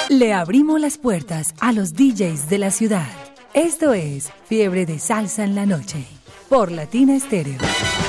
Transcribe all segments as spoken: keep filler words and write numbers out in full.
Le abrimos las puertas a los D Js de la ciudad. Esto es Fiebre de Salsa en la Noche, por Latina Estéreo.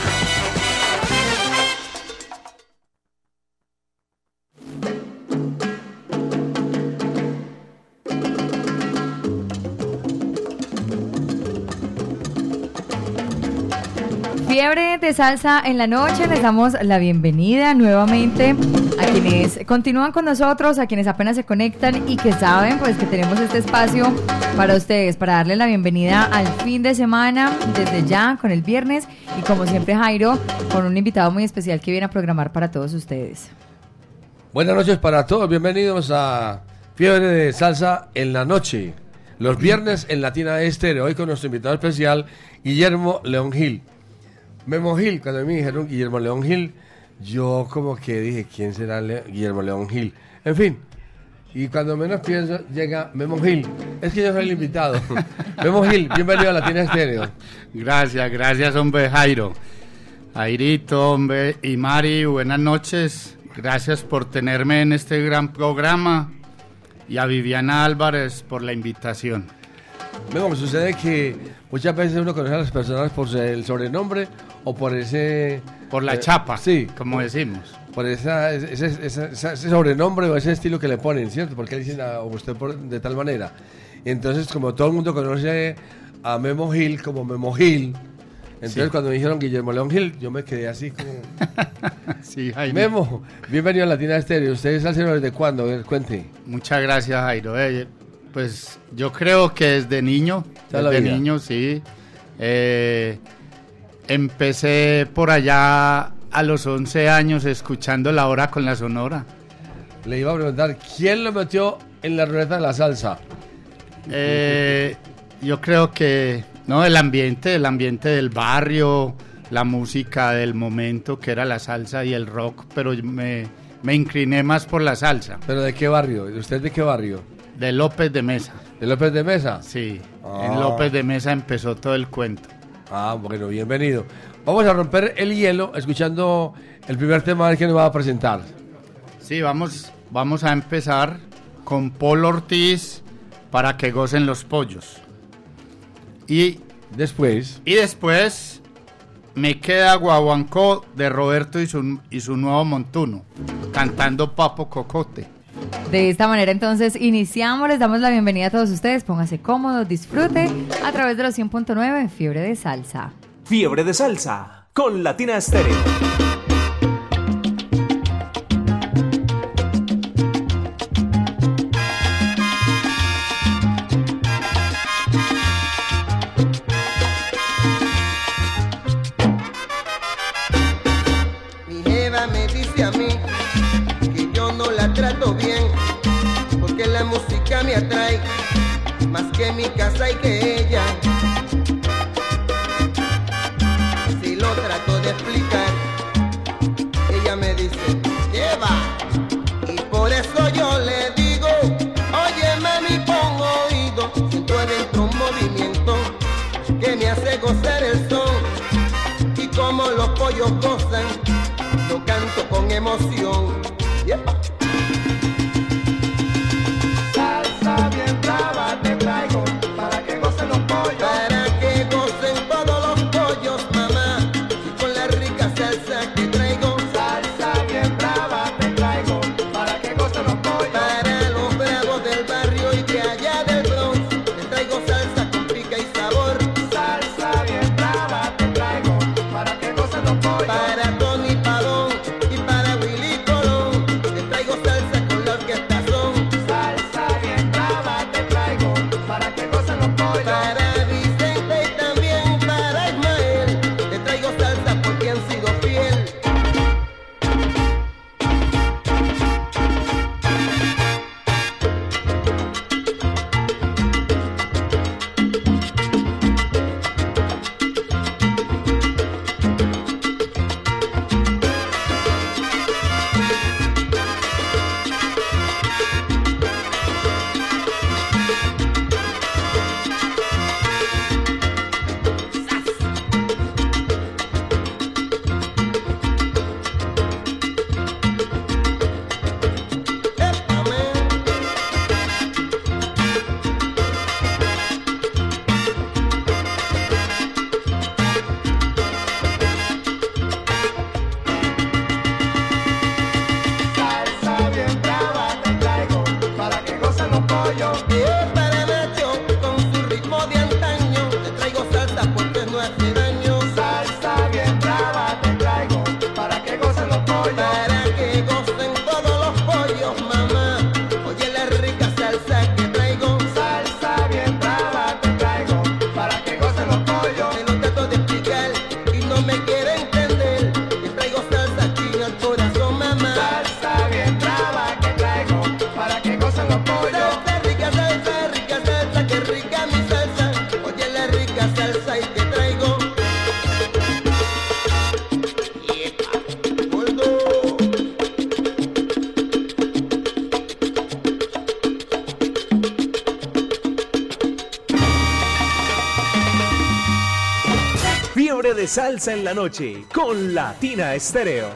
Fiebre de Salsa en la Noche, les damos la bienvenida nuevamente a quienes continúan con nosotros, a quienes apenas se conectan y que saben pues que tenemos este espacio para ustedes, para darles la bienvenida al fin de semana, desde ya con el viernes y como siempre Jairo, con un invitado muy especial que viene a programar para todos ustedes. Buenas noches para todos, bienvenidos a Fiebre de Salsa en la Noche, los viernes en Latina Estéreo, hoy con nuestro invitado especial Guillermo León Gil. Memo Gil, cuando me dijeron Guillermo León Gil, yo como que dije, ¿quién será Le- Guillermo León Gil? En fin, y cuando menos pienso, llega Memo Gil. Es que yo soy el invitado. Memo Gil, bienvenido a Latina Estéreo. Gracias, gracias, hombre Jairo. Jairito, hombre, y Mari, buenas noches. Gracias por tenerme en este gran programa. Y a Viviana Álvarez por la invitación. Memo, me sucede que muchas veces uno conoce a las personas por el sobrenombre o por ese... Por la eh, chapa, sí, como decimos. por esa, ese, ese, ese, ese sobrenombre o ese estilo que le ponen, ¿cierto? Porque le dicen a usted por, de tal manera. Entonces, como todo el mundo conoce a Memo Gil como Memo Gil, entonces Sí. cuando me dijeron Guillermo León Gil, yo me quedé así como... Sí, Jairo. Memo, bienvenido a Latina Estéreo. ¿Usted es salsero desde cuándo? A ver, cuente. Muchas gracias, Jairo. Eh, pues yo creo que desde niño, Toda la desde vida. niño, sí. Eh, empecé por allá a los once años escuchando La Hora con la Sonora. Le iba a preguntar, ¿quién lo metió en la ruleta de la salsa? Eh, yo creo que no, el ambiente, el ambiente del barrio, la música del momento que era la salsa y el rock, pero me, me incliné más por la salsa. ¿Pero de qué barrio? ¿Usted de qué barrio? De López de Mesa. ¿De López de Mesa? Sí, Ah. en López de Mesa empezó todo el cuento. Ah, bueno, bienvenido. Vamos a romper el hielo escuchando el primer tema que nos va a presentar. Sí, vamos, vamos a empezar con Paul Ortiz, Para que gocen los pollos. Y, Después, y después me queda Guaguancó de Roberto y su, y su nuevo montuno, cantando Papo Cocote. De esta manera entonces iniciamos, les damos la bienvenida a todos ustedes, pónganse cómodos, disfrute a través de los cien punto nueve en Fiebre de Salsa. Fiebre de Salsa con Latina Estéreo. Mi jeva me dice a mí que yo no la trato bien, porque la música me atrae más que mi casa y que ella. Si lo trato de explicar, ella me dice, lleva. Y por eso yo le digo, oye mami, pon oído, siento adentro un movimiento que me hace gozar el son. Y como los pollos gozan, lo canto con emoción. Yepa. Salsa bien brava te traigo, para que gocen los pollos. Para que gocen todos los pollos, mamá. Y con la rica salsa que traigo. Salsa bien brava te traigo, para que gocen los pollos. Para los bravos del barrio y de allá del Bronx, te traigo salsa con pica y sabor. Salsa bien brava te traigo, para que gocen los pollos. Para Tony Padón y para Willy Colón. de salsa en la noche con Latina Estéreo.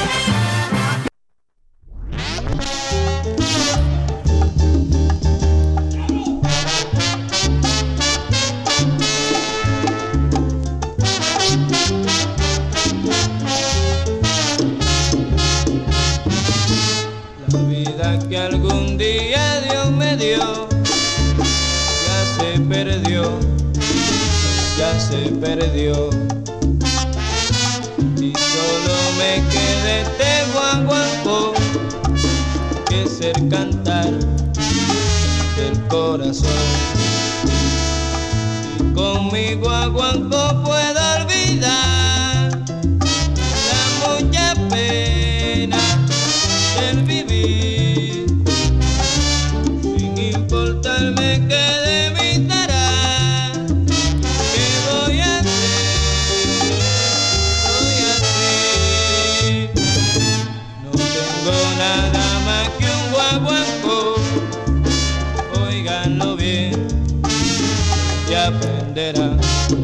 La vida que algún día Dios me dio ya se perdió, ya se perdió. Y solo me queda este guaguancó que es el cantar del corazón. Y con mi guaguancó puedo olvidar la mucha pena del vivir, sin importarme que de mí estará. ¿Qué voy a hacer? Voy así. No tengo nada más que un guaguancó. Óiganlo bien y aprenderán.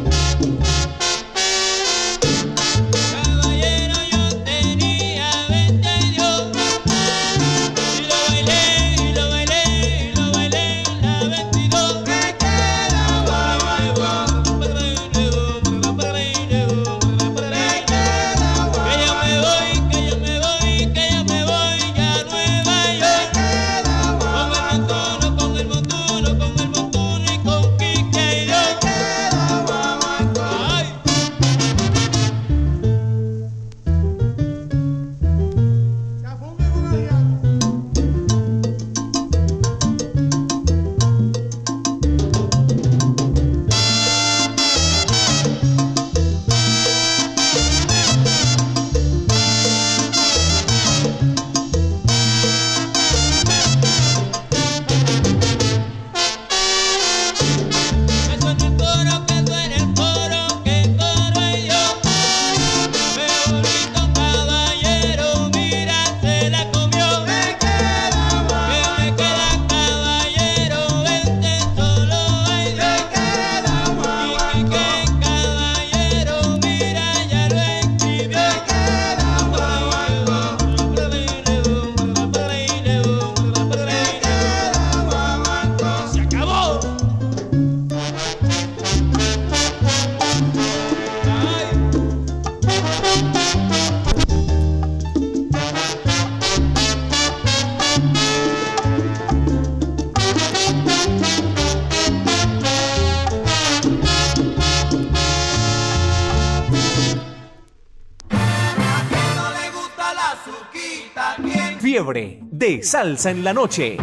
Fiebre de salsa en la noche.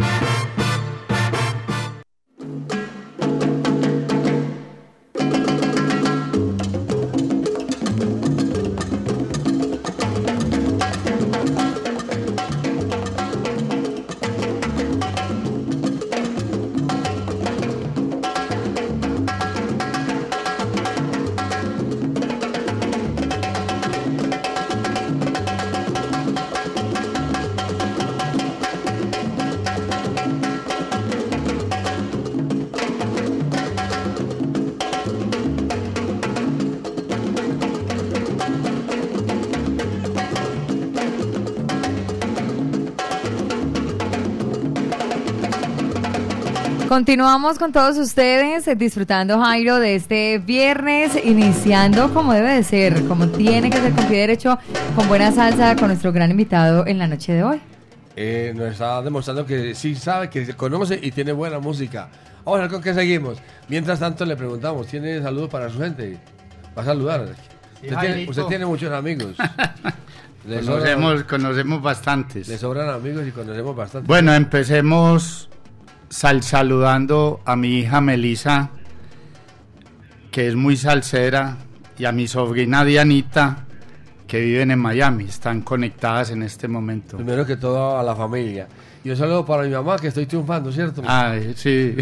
Continuamos con todos ustedes, eh, disfrutando, Jairo, de este viernes, iniciando como debe de ser, como tiene que ser, con pie derecho, con buena salsa, con nuestro gran invitado en la noche de hoy. Eh, nos está demostrando que sí sabe, que se conoce y tiene buena música. Vamos a ver con qué seguimos. Mientras tanto le preguntamos, ¿tiene saludos para su gente? Va a saludar. Sí, usted, tiene, usted tiene muchos amigos. Le conocemos, sobran, conocemos bastantes. Le sobran amigos y conocemos bastantes. Bueno, empecemos sal saludando a mi hija Melissa, que es muy salsera, y a mi sobrina Dianita, que viven en Miami, están conectadas en este momento. Primero que todo a la familia. Y un saludo para mi mamá, que estoy triunfando, ¿cierto? Ay, sí.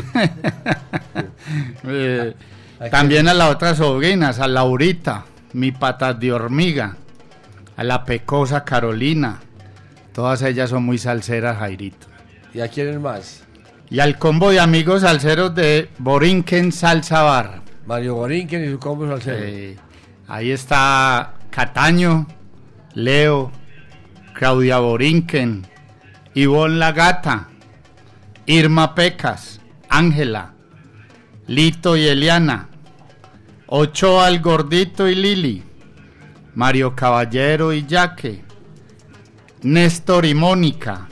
eh, también a las otras sobrinas, a Laurita, mi patas de hormiga, a la pecosa Carolina, todas ellas son muy salseras, Jairito. ¿Y a quién más? Y al combo de amigos salseros de Borinquen Salsa Bar. Mario Borinquen y su combo salsero. Eh, Ahí está Cataño, Leo, Claudia Borinquen, Ivonne La Gata, Irma Pecas, Ángela, Lito y Eliana, Ochoa el Gordito y Lili, Mario Caballero y Yaque, Néstor y Mónica,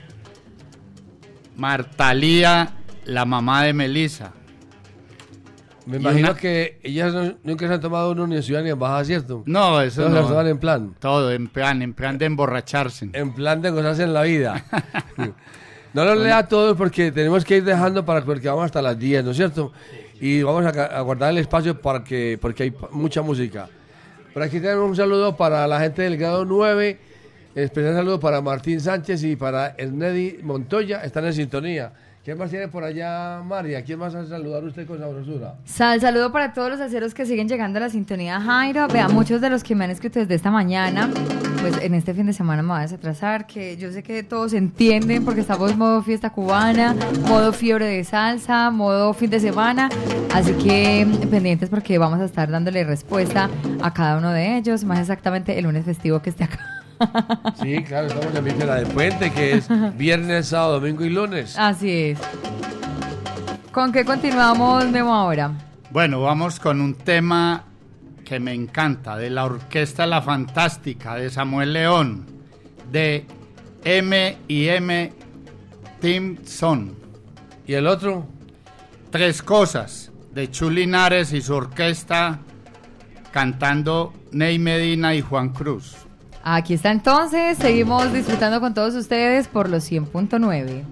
Martalía, la mamá de Melissa. Me Y imagino una- que ellas no- nunca se han tomado una universidad ni en baja, ¿cierto? No, eso Todas no. las toman en plan. Todo en plan, en plan de emborracharse. En plan de gozarse en la vida. No los lea a todos porque tenemos que ir dejando para porque vamos hasta las diez, ¿no es cierto? Y vamos a, ca- a guardar el espacio para que, porque hay pa- mucha música. Por aquí tenemos un saludo para la gente del grado nueve, especial saludo para Martín Sánchez y para Ernedi Montoya, están en sintonía. ¿Quién más tiene por allá, María? ¿Quién más va a saludar usted con sabrosura? Sal, saludo para todos los aceros que siguen llegando a la sintonía Jairo. Vea, muchos de los que me han escrito desde esta mañana, pues en este fin de semana me voy a desatrasar, que yo sé que todos entienden porque estamos modo fiesta cubana, modo fiebre de salsa, modo fin de semana, así que pendientes porque vamos a estar dándole respuesta a cada uno de ellos, más exactamente el lunes festivo que esté acá. Sí, claro, estamos en víspera de puente, que es viernes, sábado, domingo y lunes. Así es. ¿Con qué continuamos, Memo, ahora? Bueno, vamos con un tema que me encanta, de la Orquesta La Fantástica, de Samuel León, de M y M Tim Son. ¿Y el otro? Tres cosas, de Chu Linares y su orquesta, cantando Ney Medina y Juan Cruz. Aquí está entonces, seguimos disfrutando con todos ustedes por los cien punto nueve.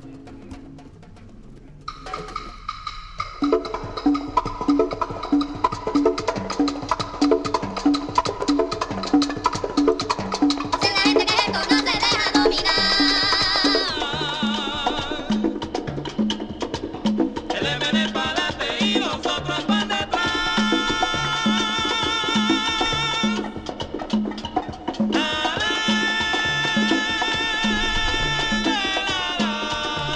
Si la gente que esto no se deja dominar. Él viene para adelante y nosotros para detrás. La, la, la, la, la.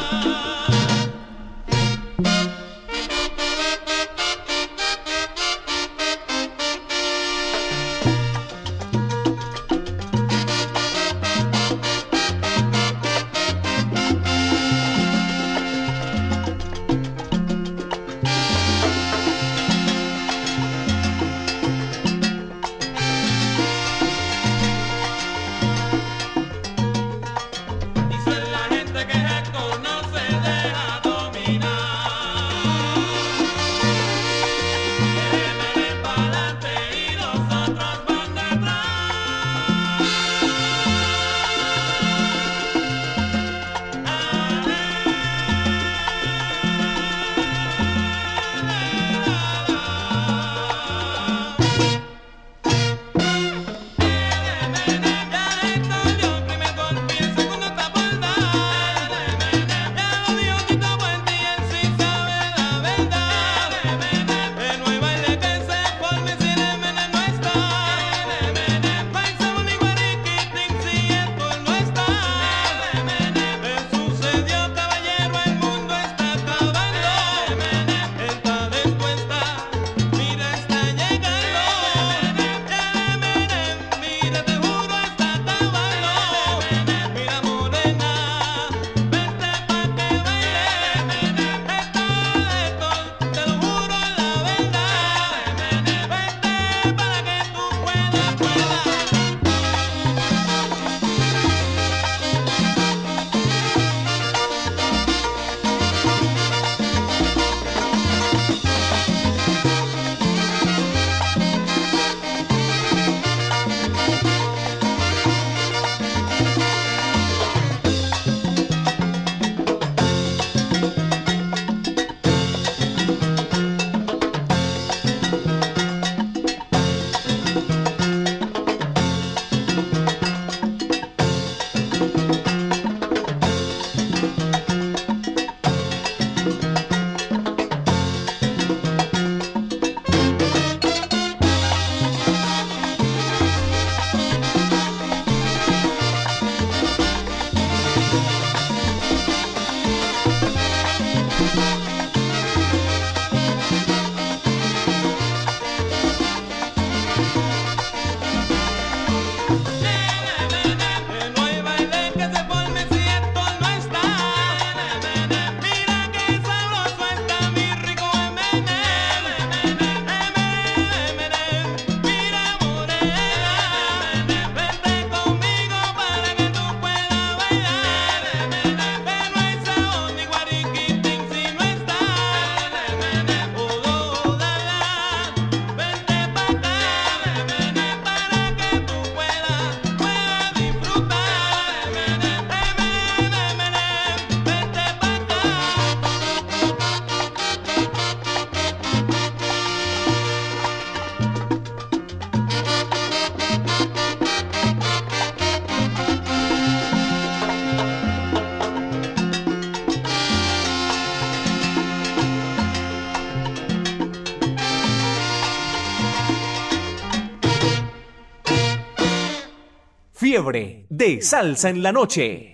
Fiebre de Salsa en la Noche.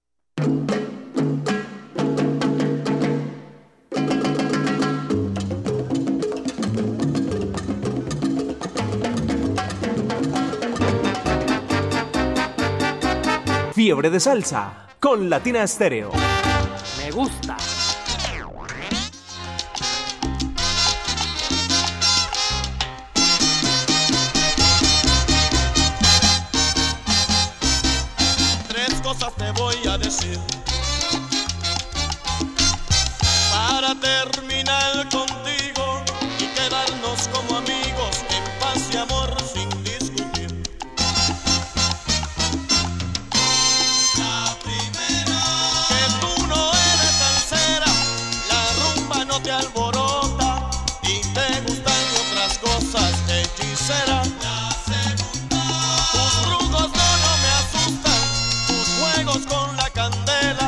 Fiebre de Salsa con Latina Estéreo. Me gusta. Tres cosas te voy a decir para terminar contigo y quedarnos como amigos en paz y amor sin discutir. La primera, que tú no eres salsera, la rumba no te alborota y te gustan otras cosas, hechicera. La segunda, tus brujos no, no me asustan, tus juegos con la candela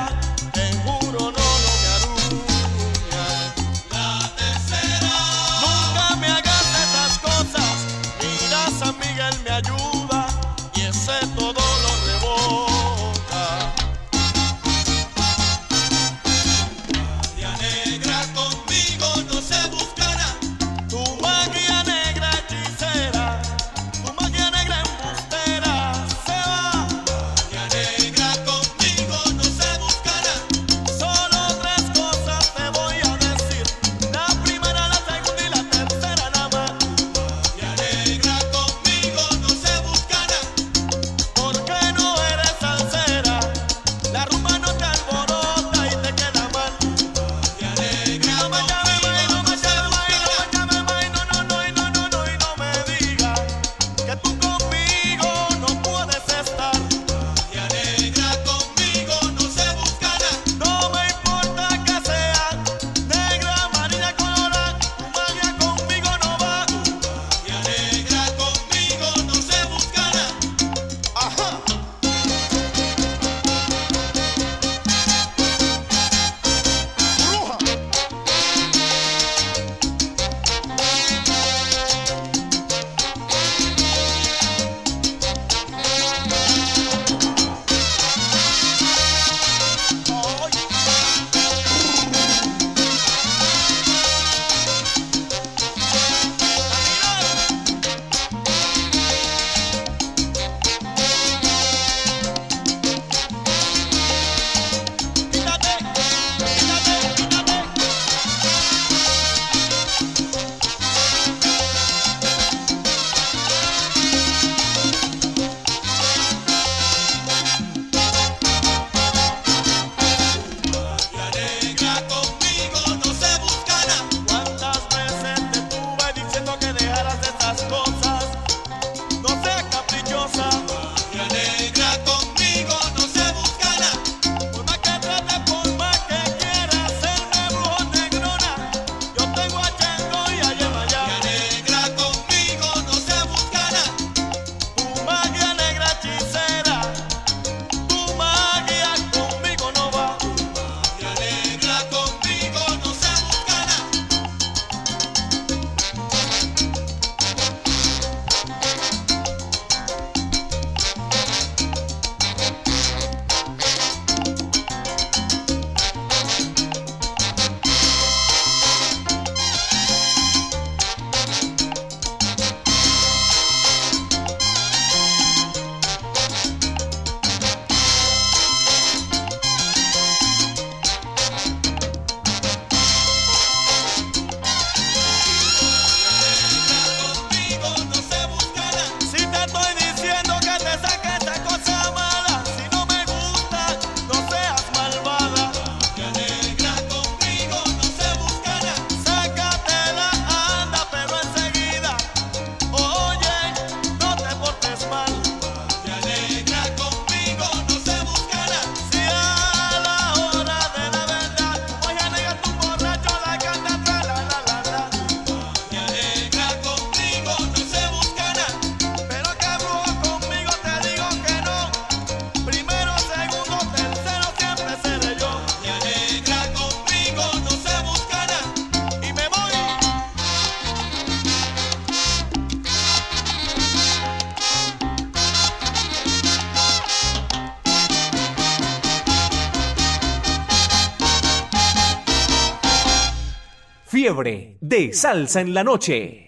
Fiebre de Salsa en la Noche.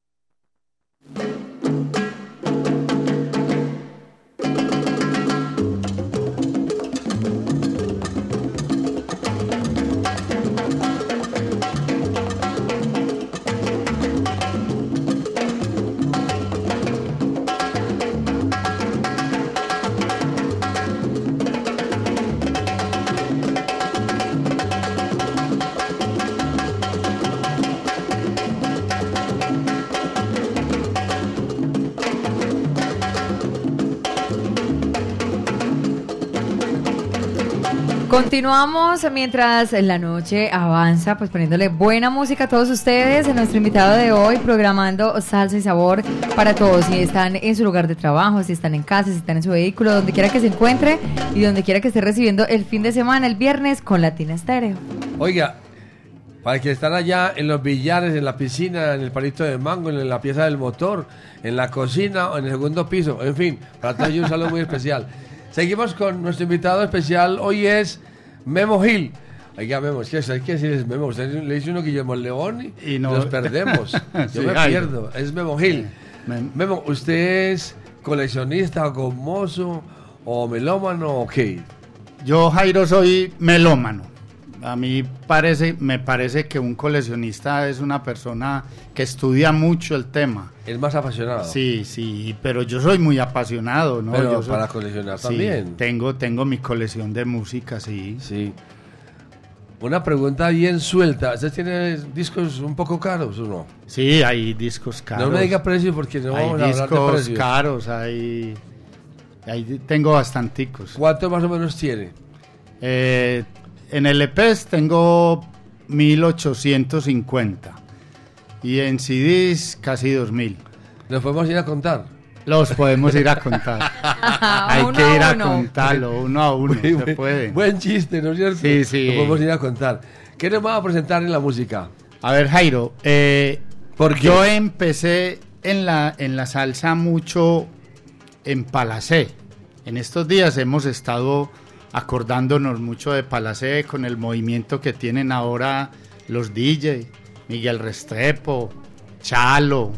Continuamos mientras la noche avanza, pues poniéndole buena música a todos ustedes. Nuestro invitado de hoy, programando salsa y sabor para todos. Si están en su lugar de trabajo, si están en casa, si están en su vehículo, donde quiera que se encuentre y donde quiera que esté recibiendo el fin de semana, el viernes, con Latina Estéreo. Oiga, para que están allá en los billares, en la piscina, en el palito de mango, en la pieza del motor, en la cocina o en el segundo piso, en fin, para todos ellos un saludo muy especial. Seguimos con nuestro invitado especial, hoy es Memo Gil. Oiga, Memo, es que hay que decir es Memo, usted le dice uno Guillermo León y, y no... nos perdemos. Yo sí, me ay, pierdo, es Memo Gil. Mem... Memo, ¿usted es coleccionista, gomoso o melómano o qué? Yo, Jairo, soy melómano. A mí parece, me parece que un coleccionista es una persona que estudia mucho el tema. Es más apasionado. Sí, sí, pero yo soy muy apasionado, ¿no? Pero yo soy, para coleccionar sí, también. Tengo, tengo mi colección de música, sí. Sí. Una pregunta bien suelta. ¿Usted tiene discos un poco caros o no? Sí, hay discos caros. No me diga precio porque no hay vamos a hablar de precios. Hay discos caros, hay, hay, tengo bastanticos. ¿Cuánto más o menos tiene? Eh... En el E P S tengo mil ochocientos cincuenta y en C Ds casi dos mil. ¿Los podemos ir a contar? Los podemos ir a contar. Hay uno que ir a, a uno. contarlo, uno a uno, Buen, se puede. Buen chiste, ¿no es cierto? Sí, sí. Lo podemos ir a contar. ¿Qué nos va a presentar en la música? A ver, Jairo, eh, ¿Por qué? Yo empecé en la, en la salsa mucho en Palacé. En estos días hemos estado acordándonos mucho de Palacé con el movimiento que tienen ahora los D J, Miguel Restrepo, Chalo,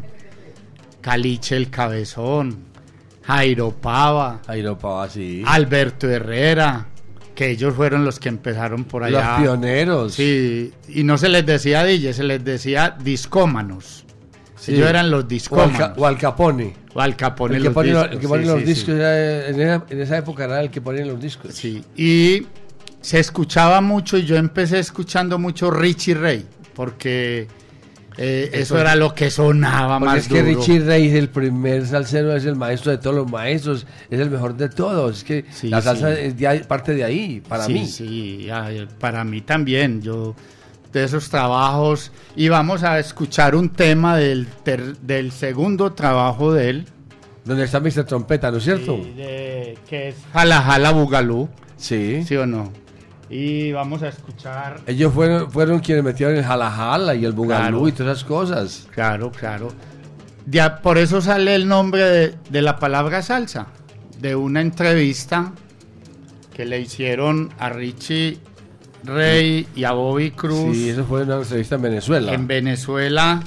Caliche el Cabezón, Jairo Pava, Jairo Pava, sí. Alberto Herrera, que ellos fueron los que empezaron por allá. Los pioneros. Sí, y no se les decía D J, se les decía discómanos. Sí. Ellos eran los discómanos. O Al Capone. O Al Capone. El que pone los discos, el que pone sí, los sí, discos sí. Era, en, esa, en esa época era el que ponía los discos. Sí, y se escuchaba mucho y yo empecé escuchando mucho Richie Ray, porque eh, eso era lo que sonaba porque más es que duro. Richie Ray es el primer salsero, es el maestro de todos los maestros, es el mejor de todos. Es que sí, la salsa sí. es de ahí, parte de ahí, para sí, mí. Sí, ay, para mí también. Yo de esos trabajos, y vamos a escuchar un tema del, ter, del segundo trabajo de él. Donde está mister Trompeta, ¿no es cierto? Sí, de, que es Jala Jala Bugalú. Sí. ¿Sí o no? Y vamos a escuchar... Ellos fueron, fueron quienes metieron el Jala Jala y el Bugalú claro, y todas esas cosas. Claro, claro. Ya, por eso sale el nombre de, de la palabra salsa, de una entrevista que le hicieron a Richie Ray y a Bobby Cruz. Sí, eso fue una entrevista en Venezuela. En Venezuela,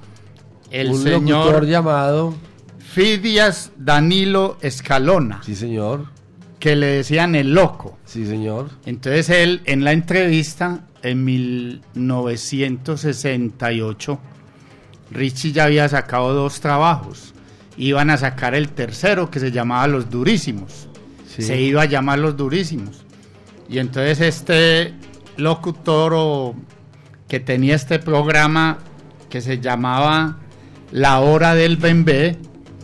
el un señor locutor llamado Fidias Danilo Escalona. Sí, señor. Que le decían el loco. Sí, señor. Entonces él, en la entrevista, en mil novecientos sesenta y ocho, Richie ya había sacado dos trabajos. Iban a sacar el tercero, que se llamaba Los Durísimos. Sí. Se iba a llamar Los Durísimos. Y entonces este locutor o, que tenía este programa que se llamaba La Hora del Bembé,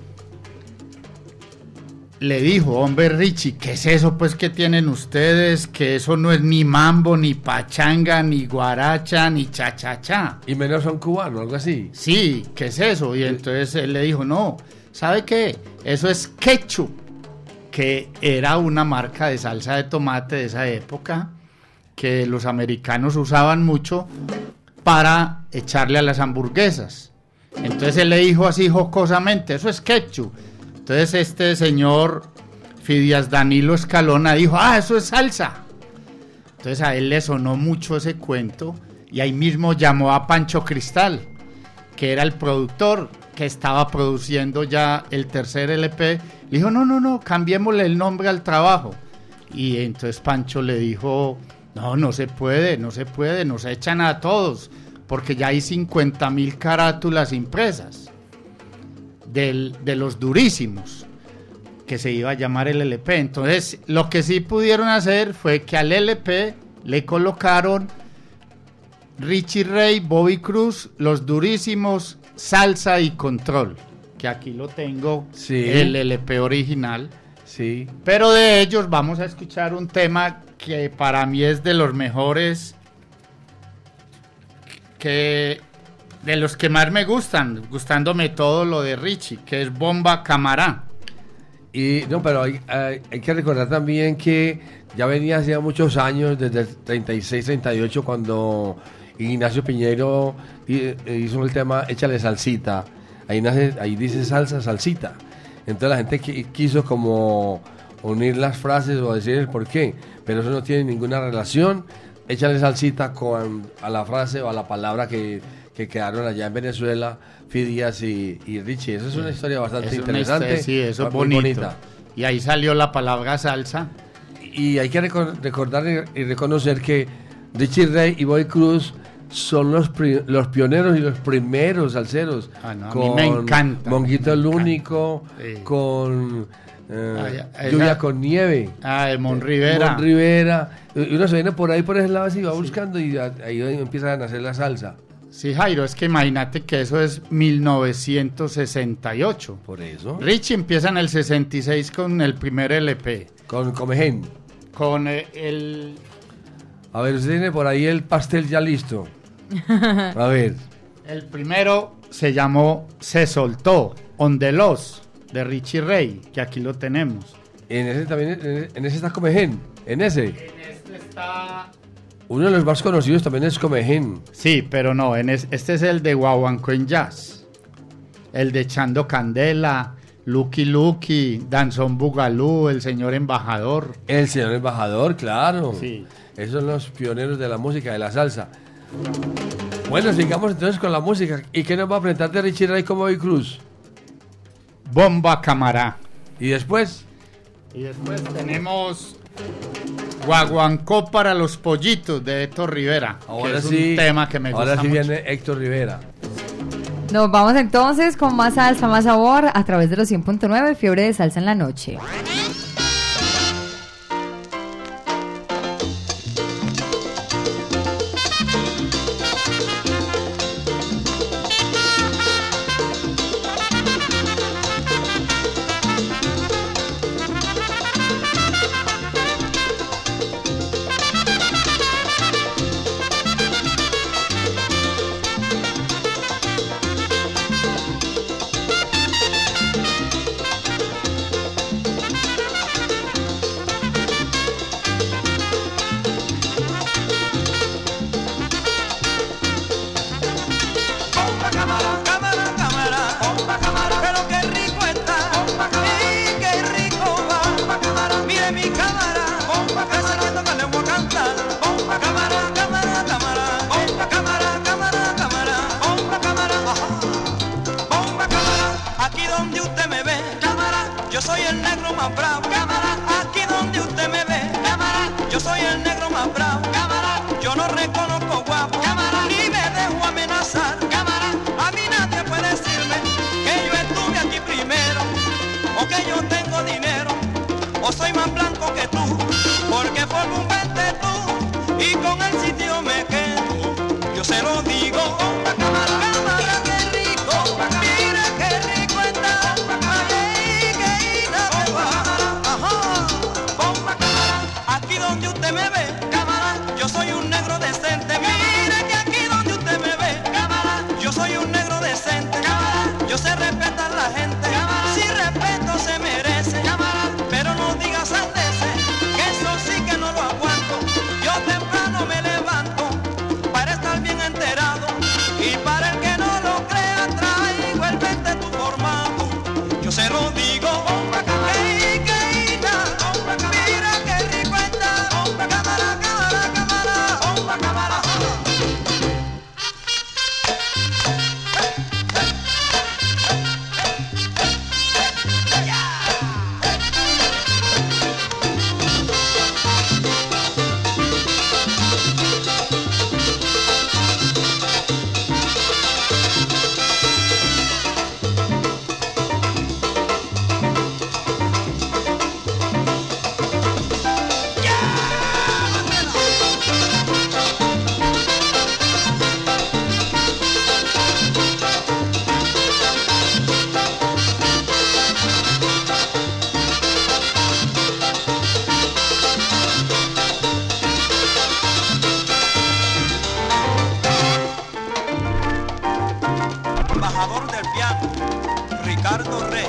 le dijo: hombre Richie, ¿qué es eso pues que tienen ustedes? Que eso no es ni mambo, ni pachanga, ni guaracha, ni cha-cha-cha. Y menos son cubanos, algo así. Sí, ¿qué es eso? Y entonces él le dijo: no, ¿sabe qué? Eso es ketchup, que era una marca de salsa de tomate de esa época que los americanos usaban mucho para echarle a las hamburguesas. Entonces él le dijo así jocosamente: eso es ketchup. Entonces este señor Fidias Danilo Escalona dijo: ah, eso es salsa. Entonces a él le sonó mucho ese cuento y ahí mismo llamó a Pancho Cristal, que era el productor, que estaba produciendo ya el tercer L P. Le dijo, no, no, no, cambiémosle el nombre al trabajo. Y entonces Pancho le dijo, no, no se puede, no se puede, nos echan a todos, porque ya hay cincuenta mil carátulas impresas del, de los durísimos, que se iba a llamar el L P. Entonces, lo que sí pudieron hacer fue que al L P le colocaron Richie Ray, Bobby Cruz, Los Durísimos, Salsa y Control, que aquí lo tengo, sí. El L P original. Sí. Pero de ellos vamos a escuchar un tema que para mí es de los mejores, que de los que más me gustan, gustándome todo lo de Richie, que es Bomba Camará. Y no, pero hay, hay, hay que recordar también que ya venía hacía muchos años, desde el treinta y seis, treinta y ocho, cuando Ignacio Piñeiro hizo el tema Échale Salsita. Ahí, nace, ahí dice salsa, salsita. Entonces la gente qu- quiso como unir las frases o decir el por qué, pero eso no tiene ninguna relación. Échale salsita con, a la frase o a la palabra que, que quedaron allá en Venezuela, Fidias y, y Richie. Esa es una historia bastante Es una interesante. historia, sí, eso es muy bonito. bonita. Y ahí salió la palabra salsa. Y hay que recor- recordar y, y reconocer que Richie Ray y Bobby Cruz son los, pri- los pioneros y los primeros salseros. Ah, no, a con mí me encanta. Monguito me el encanta. Único, Sí. con eh, Ah, ya, esa- Lluvia con Nieve. Ah, de Mon Rivera. Mon Rivera. Y uno se viene por ahí, por ese lado, así va buscando y a- ahí empieza a nacer la salsa. Sí, Jairo, es que imagínate que eso es mil novecientos sesenta y ocho. Por eso. Richie empieza en el sesenta y seis con el primer L P. Con Comején. Con eh, el... A ver, usted tiene por ahí el pastel ya listo. A ver. El primero se llamó Se Soltó, On the Lost, de Richie Ray, que aquí lo tenemos. En ese también, en ese, en ese está Comején. En ese. En este está... Uno de los más conocidos también es Comején. Sí, pero no, en es- este es el de Guaguancó en Jazz. El de Echando Candela, Lucky Lucky, Danzón Bugalú, El Señor Embajador. El señor embajador, claro. Sí. Esos son los pioneros de la música, de la salsa. Bueno, sigamos entonces con la música. ¿Y qué nos va a presentar de Richie Ray como Bobby Cruz? Bomba Camará. Y después, Y después tenemos Guaguancó para los pollitos de Héctor Rivera, ahora que es sí, un tema que me ahora gusta sí mucho. viene Héctor Rivera. Nos vamos entonces con más salsa, más sabor a través de los cien punto nueve, Fiebre de Salsa en la Noche. Bomba cámara, cámara, cámara, bomba cámara, pero qué rico está, bomba cámara, y qué rico va, bomba cámara, mire mi cámara, bomba cámara, que toca le voy a cantar, bomba cámara, cámara, cámara, bomba cámara, cámara, cámara, bomba cámara, ajá, bomba cámara, aquí donde usted me ve, cámara, yo soy el negro más bravo, cámara, aquí donde usted me ve, cámara, yo soy el negro más bravo, cámara, yo no reconozco guapo, cámara, ni me dejo amenazar, cámara, a mí nadie puede decirme que yo estuve aquí primero, o que yo tengo dinero, o soy más blanco que tú, porque formo un vente tú, y con el sitio me quedo, yo se lo digo, bomba cámara, cámara, qué rico, mira qué rico está, ay, qué ida me va, ajá, bomba cámara, aquí donde usted me ve, cámara, yo soy un negro decente, mire que aquí donde usted me ve, cámara, yo soy un negro decente, cámara, yo sé respetar la gente, cámara, si respeto se merece, cámara, pero no digas sandeces, que eso sí que no lo aguanto, yo temprano me levanto, para estar bien enterado, y para el que no lo crea traigo el vente tu formato, yo se lo digo, bomba cámara, que que ida, bomba cámara, mira qué rico está, bomba cámara, cámara, cámara, bomba cámara. Ricardo Rey.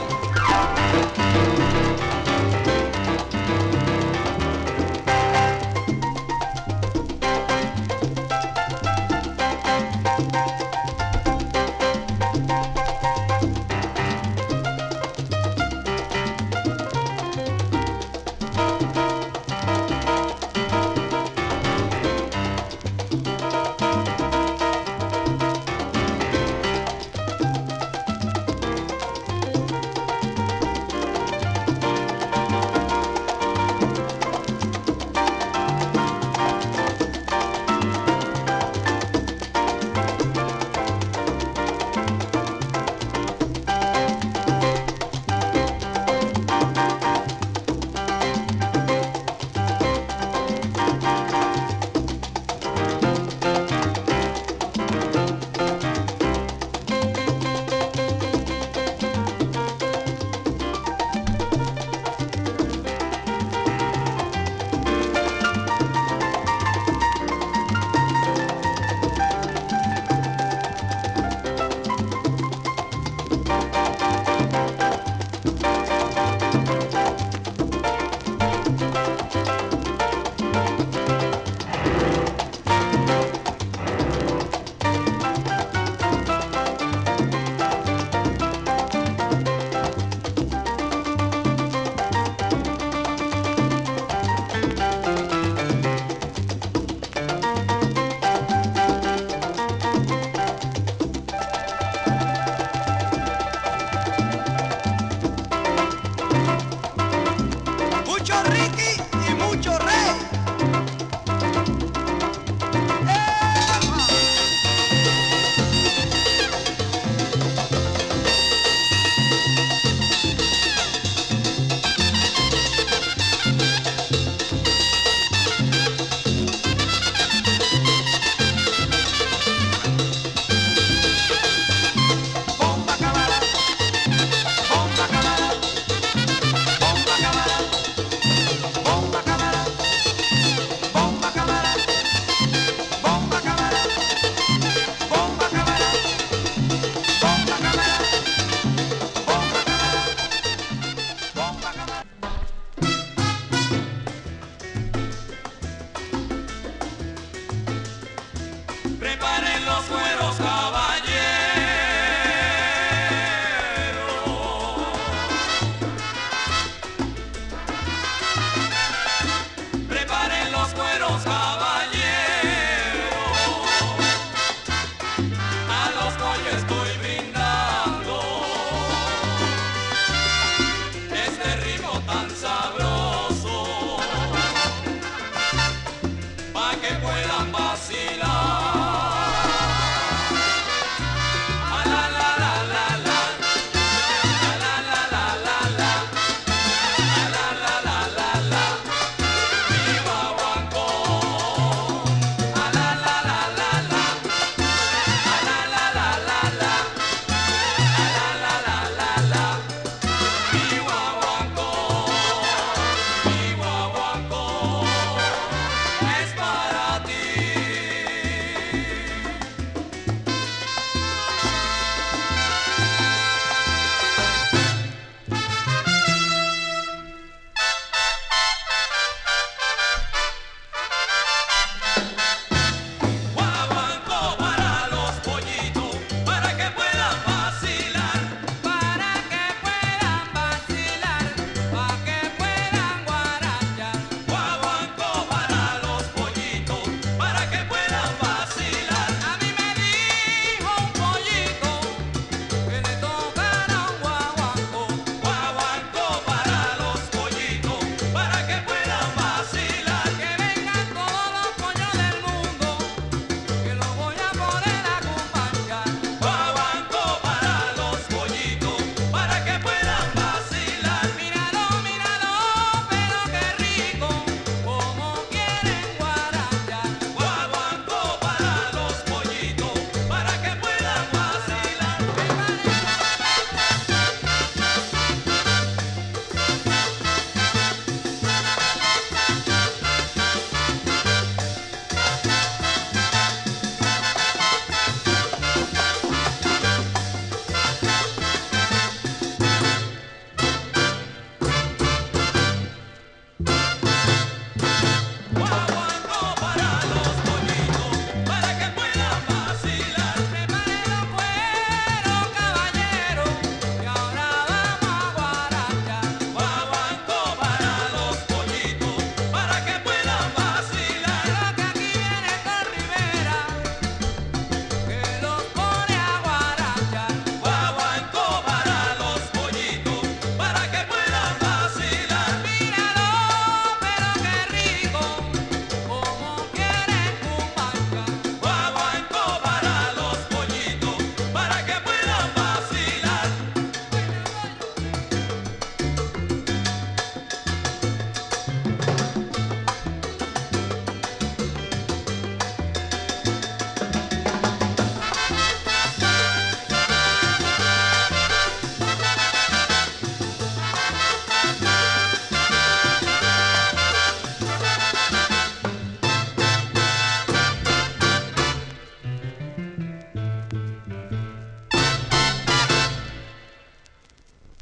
Es para ti.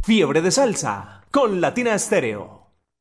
Fiebre de Salsa con Latina Estéreo.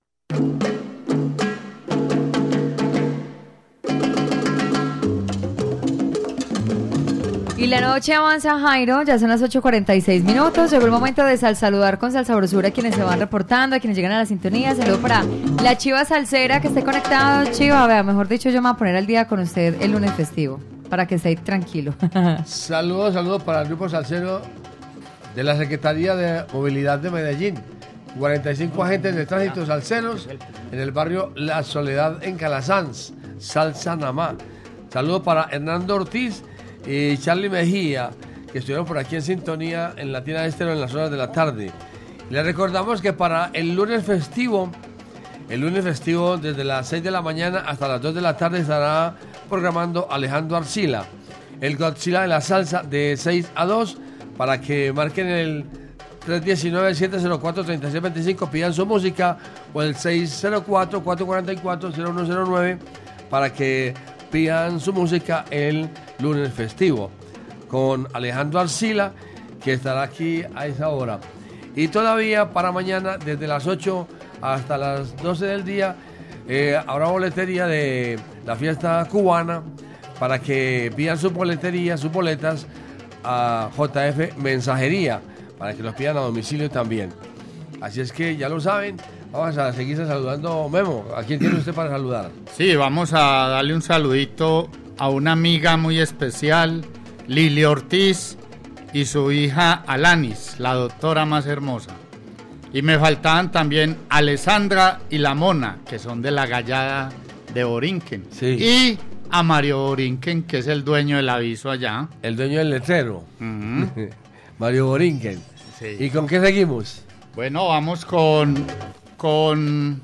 Y la noche avanza, Jairo, ya son las ocho cuarenta y seis minutos, llegó el momento de sal saludar con salsabrosura a quienes se van reportando, a quienes llegan a la sintonía. Saludo para la Chiva Salsera que esté conectado. Chiva, vea, mejor dicho, yo me voy a poner al día con usted el lunes festivo, para que esté tranquilo. Saludos, saludos para el grupo salsero de la Secretaría de Movilidad de Medellín. cuarenta y cinco agentes de tránsito salseros en el barrio La Soledad en Calasanz, Salsa Namá. Saludos para Hernando Ortiz y Charlie Mejía, que estuvieron por aquí en sintonía en Latina Estéreo en las horas de la tarde. Les recordamos que para el lunes festivo, el lunes festivo desde las seis de la mañana hasta las dos de la tarde estará programando Alejandro Arcila, el Godzilla de la salsa de seis a dos, para que marquen el tres uno nueve, siete cero cuatro, tres seis dos cinco, pidan su música, o el seis cero cuatro, cuatro cuatro cuatro, cero uno cero nueve para que pidan su música el lunes festivo con Alejandro Arcila, que estará aquí a esa hora. Y todavía para mañana desde las ocho hasta las doce del día eh, habrá boletería de la fiesta cubana para que pidan su boletería, sus boletas a J F Mensajería, para que los pidan a domicilio también. Así es que ya lo saben. Vamos a seguir saludando. Memo, ¿a quién tiene usted para saludar? Sí, vamos a darle un saludito a una amiga muy especial, Lili Ortiz, y su hija Alanis, la doctora más hermosa. Y me faltaban también Alessandra y la Mona, que son de la Gallada de Borinquen. Sí. Y a Mario Borinquen, que es el dueño del aviso allá. El dueño del letrero. Uh-huh. Mario Borinquen. Sí. ¿Y con qué seguimos? Bueno, vamos con con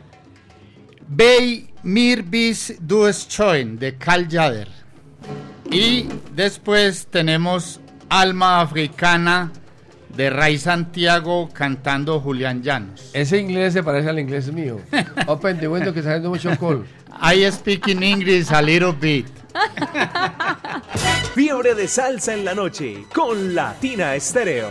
Bei mir bis du schoen de Karl Jader. Y después tenemos Alma Africana de Ray Santiago cantando Julián Llanos. Ese inglés se parece al inglés mío. Open the window, que está haciendo mucho call. I speak in English a little bit. Fiebre de Salsa en la noche con Latina Estéreo.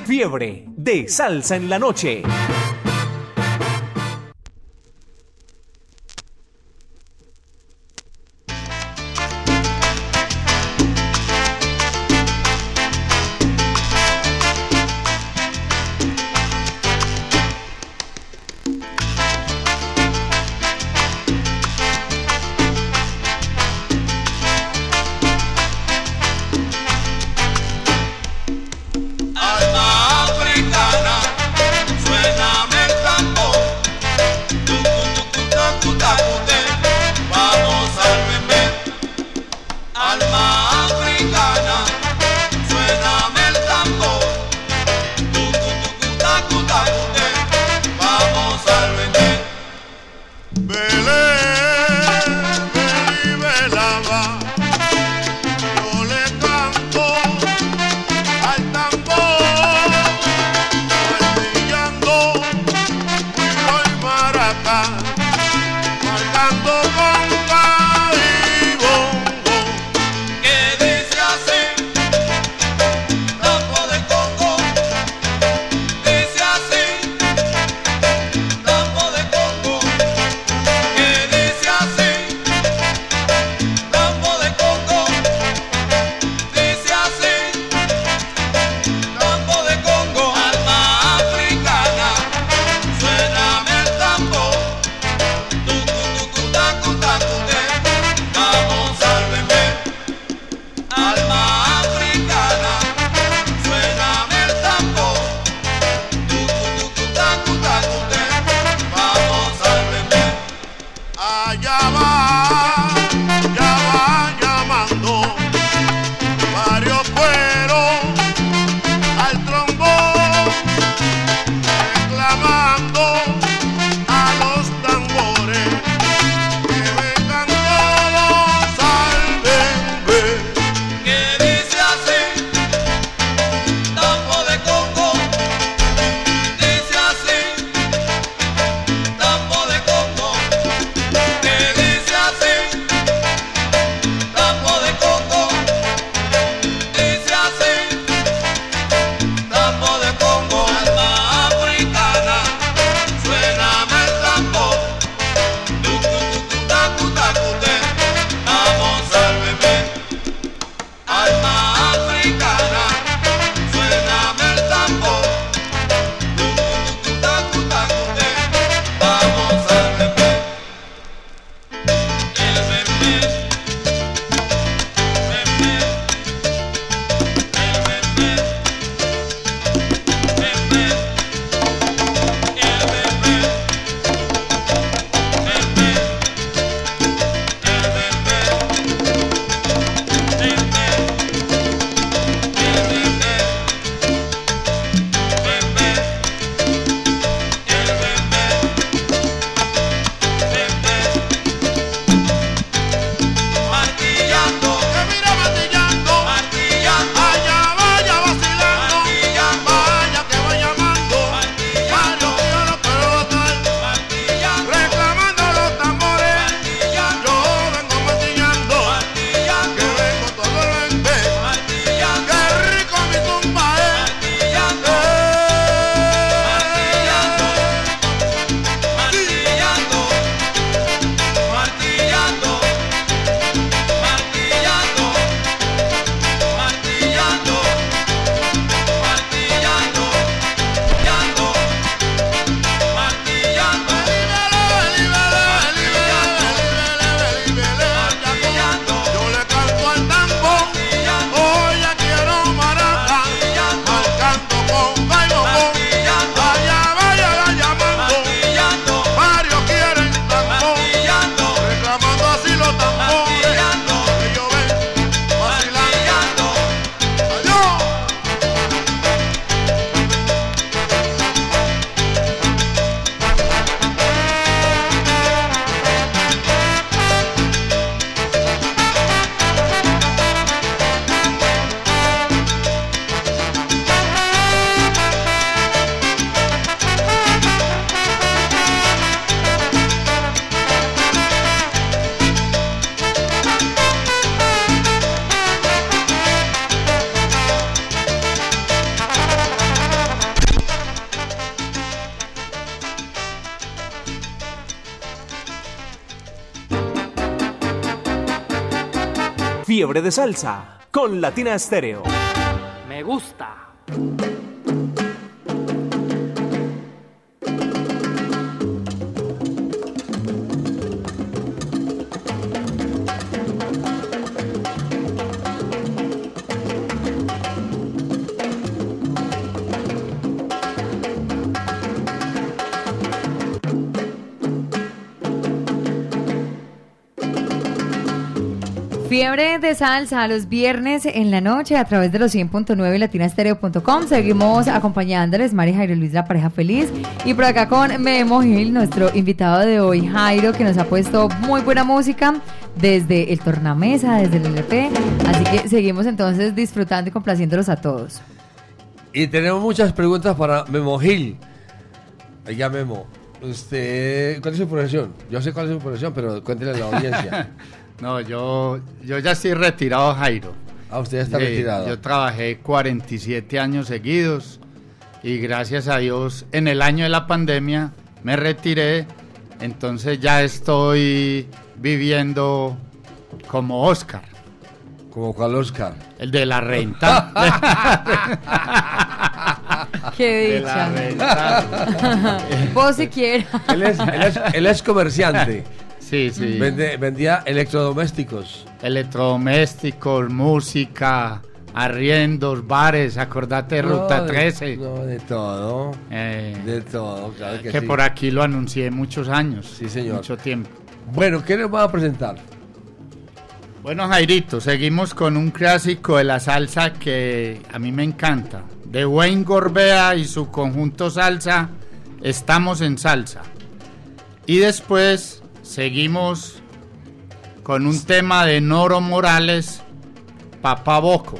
Fiebre de Salsa en la Noche. Alma africana suena Fiebre de Salsa con Latina Estéreo. Me gusta. Fiebre de Salsa los viernes en la noche a través de los cien punto nueve latina estéreo punto com. Seguimos acompañándoles, Mari, Jairo Luis, la pareja feliz. Y por acá con Memo Gil, nuestro invitado de hoy, Jairo, que nos ha puesto muy buena música desde el tornamesa, desde el L P. Así que seguimos entonces disfrutando y complaciéndolos a todos. Y tenemos muchas preguntas para Memo Gil. Oiga, Memo, usted, ¿cuál es su profesión? Yo sé cuál es su profesión, pero cuéntele a la audiencia. No, yo, yo ya estoy retirado, Jairo. Ah, usted ya está Sí, retirado. Yo trabajé cuarenta y siete años seguidos y gracias a Dios en el año de la pandemia me retiré, entonces ya estoy viviendo como Oscar. ¿Como cuál Oscar? El de la renta. Qué De dicha. la renta. Vos si quieras. Él es, él es, él es comerciante. Sí, sí. Vende, vendía electrodomésticos. Electrodomésticos, música, arriendos, bares, acordate de Ruta No, de- trece. No, de todo. Eh, De todo, claro que, que sí. por aquí lo anuncié muchos años. Sí, señor. Mucho tiempo. Bueno, ¿qué nos va a presentar? Bueno, Jairito, seguimos con un clásico de la salsa que a mí me encanta. De Wayne Gorbea y su conjunto salsa, Estamos en Salsa. Y después seguimos con un tema de Noro Morales, Papá Boco.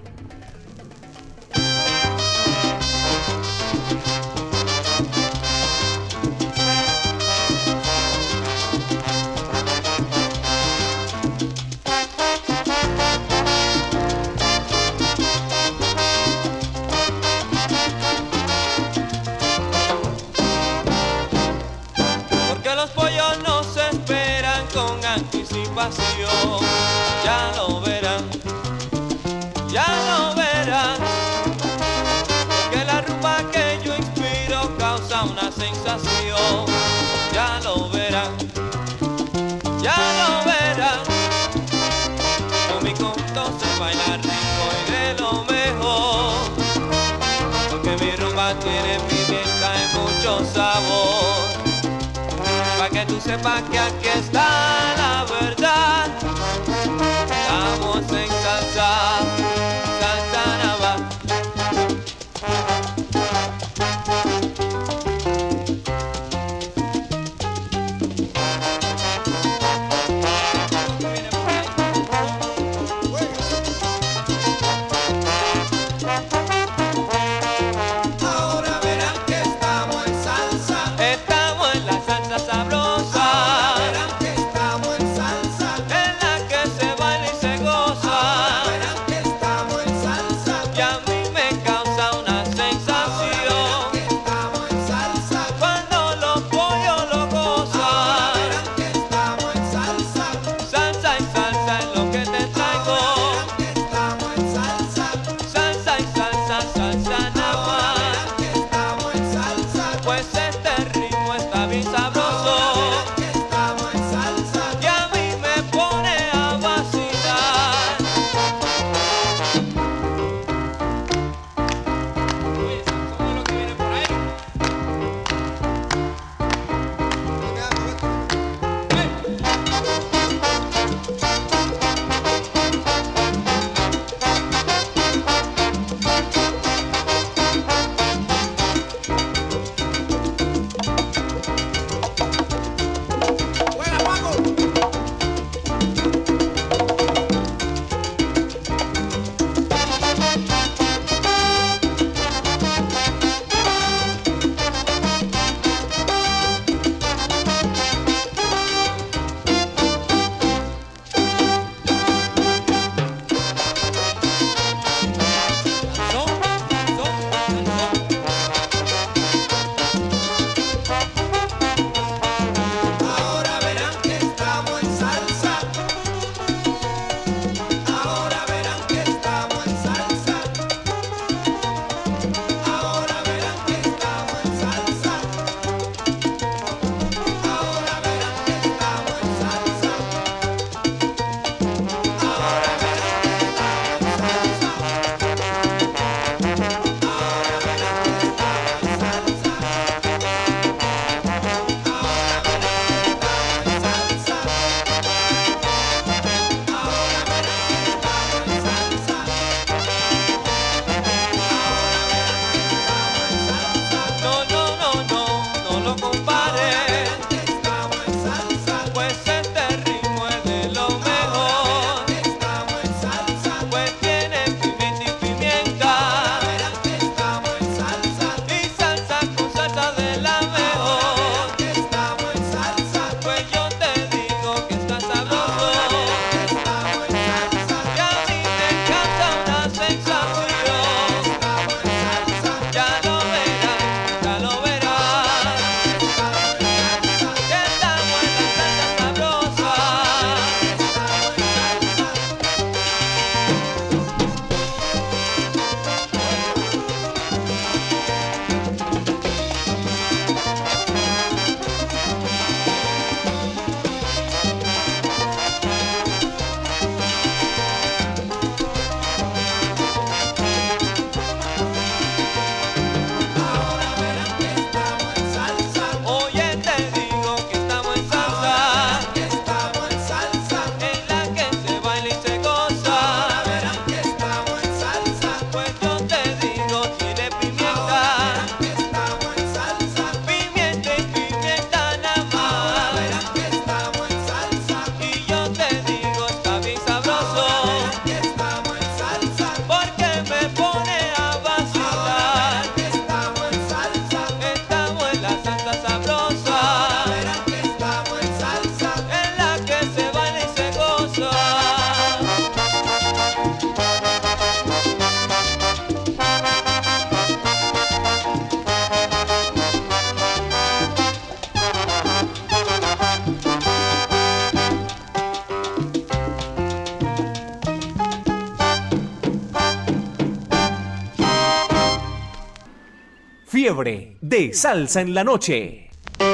Porque los pollos no se esperan con anticipación. Ya lo verán, ya lo verán. Porque la rumba que yo inspiro causa una sensación. Ya lo verán, ya lo verán. Con mi conto se baila rico y de lo mejor. Porque mi rumba tiene pimienta y mucho sabor. Pa' que tú sepas que aquí está la verdad. Estamos en salsa, salsa nava. Ahora verán que estamos en salsa. Estamos en la salsa sabrosa. Ahora verán que estamos en salsa. En la Fiebre de Salsa en la Noche.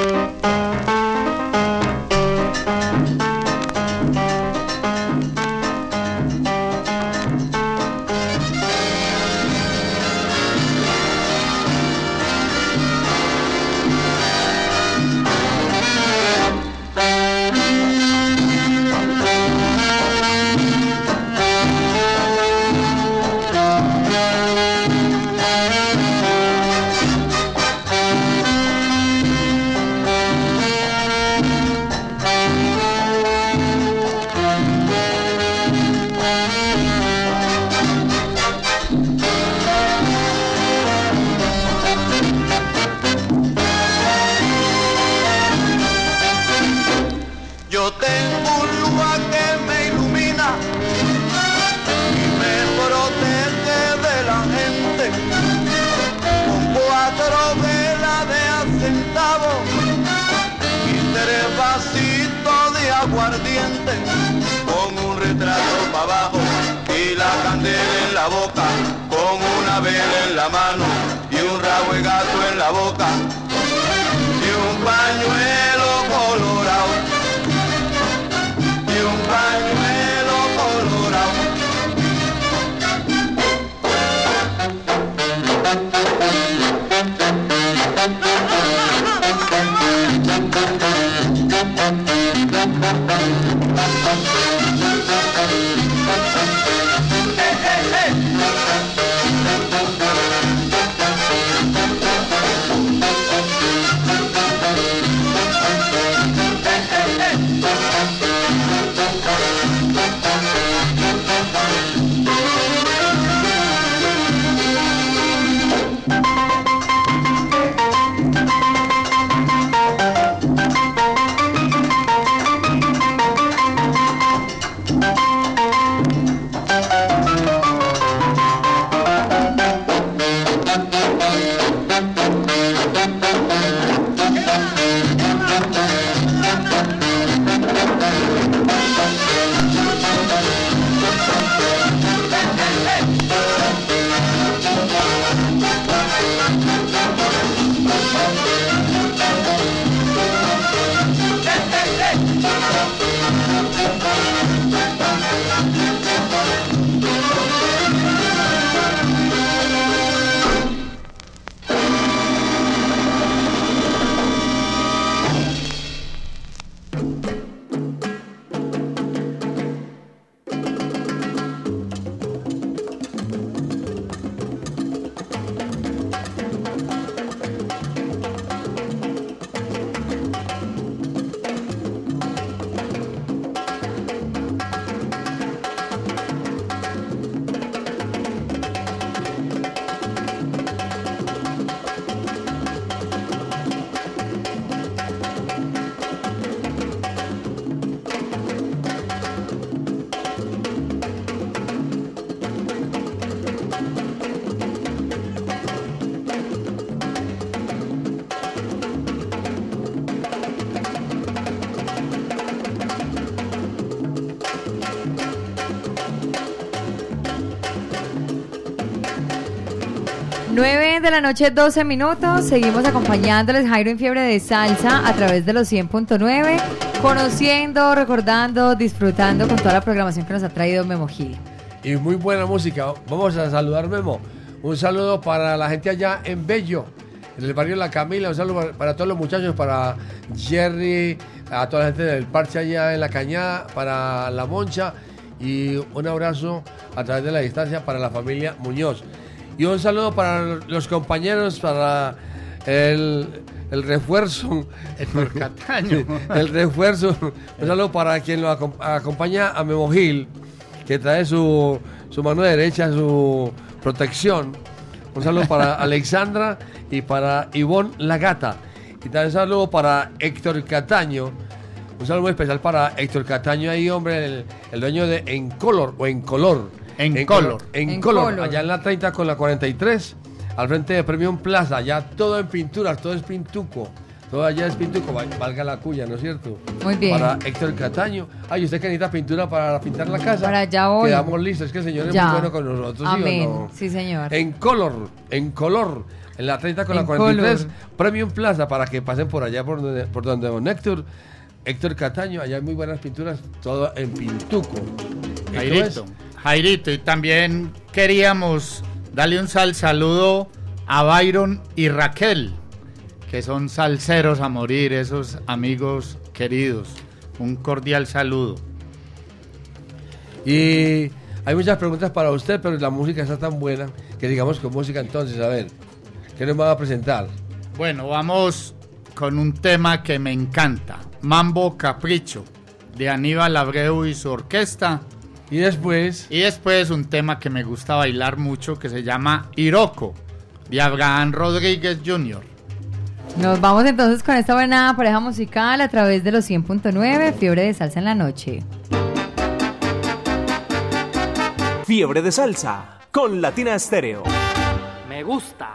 Con un retrato para abajo y la candela en la boca, con una vela en la mano y un rabo de gato en la boca y un pañuelo colorado y un pañuelo colorado. nueve de la noche, doce minutos. Seguimos acompañándoles, Jairo en Fiebre de Salsa a través de los cien punto nueve, conociendo, recordando, disfrutando con toda la programación que nos ha traído Memo Gil. Y muy buena música. Vamos a saludar, Memo. Un saludo para la gente allá en Bello, en el barrio La Camila. Un saludo para, para todos los muchachos, para Jerry, a toda la gente del parche allá en La Cañada, para La Moncha. Y un abrazo a través de la distancia para la familia Muñoz. Y un saludo para los compañeros, para el, el refuerzo. El Cataño. El refuerzo. Un saludo para quien lo acom- acompaña a Memo Gil, que trae su, su mano derecha, su protección. Un saludo para Alexandra y para Ivonne La Gata. Y también un saludo para Héctor Cataño. Un saludo muy especial para Héctor Cataño, ahí, hombre, el, el dueño de En Color o En Color. En, en color. color. En, En color. color. Allá en la treinta con la cuarenta y tres, al frente de Premium Plaza. Allá todo en pinturas, todo es pintuco. todo allá es Pintuco, val- valga la cuya, ¿no es cierto? Muy bien. Para Héctor Cataño. Ay, usted que necesita pintura para pintar la casa. Para allá voy. Quedamos listos, es que el señor es Ya. muy bueno con nosotros, Amén. ¿sí o no? Sí, señor. En color, en color, en la treinta con En la cuarenta y tres, color. Premium Plaza, para que pasen por allá por donde, por donde don Héctor, Héctor Cataño, allá hay muy buenas pinturas, todo en Pintuco. Jairito, Jairito, y también queríamos darle un sal saludo a Byron y Raquel, que son salseros a morir, esos amigos queridos. Un cordial saludo. Y hay muchas preguntas para usted, pero la música está tan buena que digamos con música entonces, a ver, ¿qué nos va a presentar? Bueno, vamos con un tema que me encanta, Mambo Capricho, de Aníbal Abreu y su orquesta. Y después... Y después un tema que me gusta bailar mucho que se llama Iroko, de Abraham Rodríguez junior Nos vamos entonces con esta buena pareja musical a través de los cien punto nueve, Fiebre de Salsa en la Noche. Fiebre de Salsa con Latina Estéreo. Me gusta.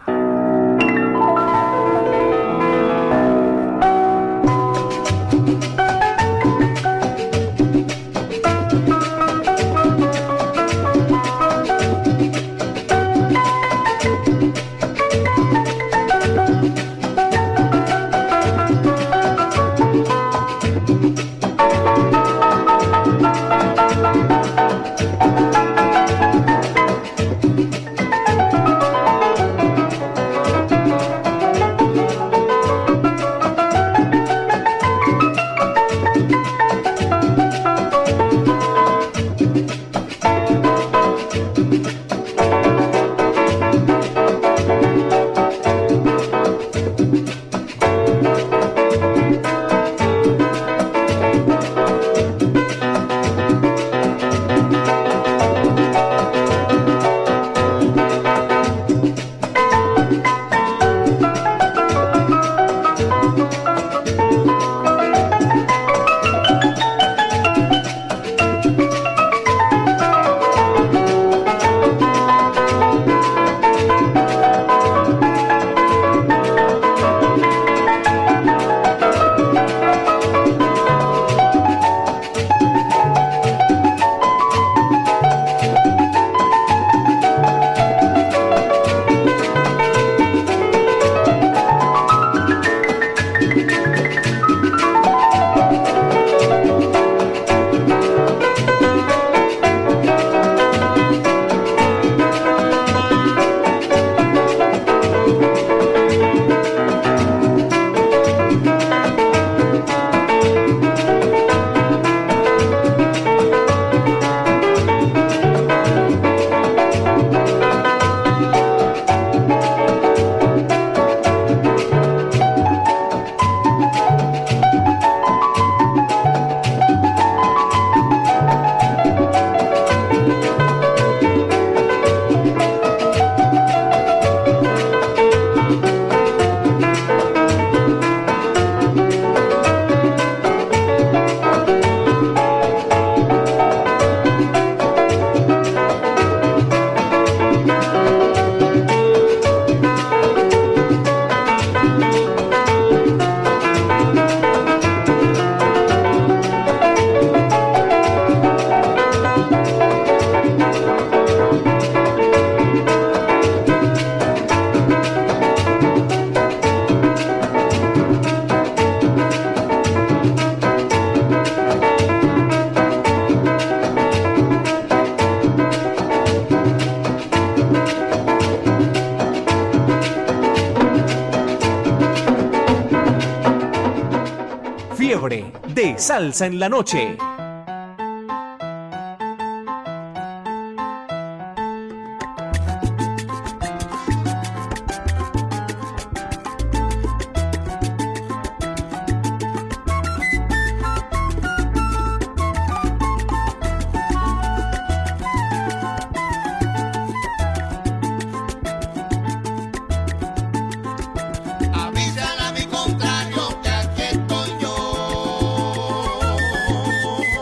Fiebre de Salsa en la Noche. Avísale a mi contrario que aquí estoy yo.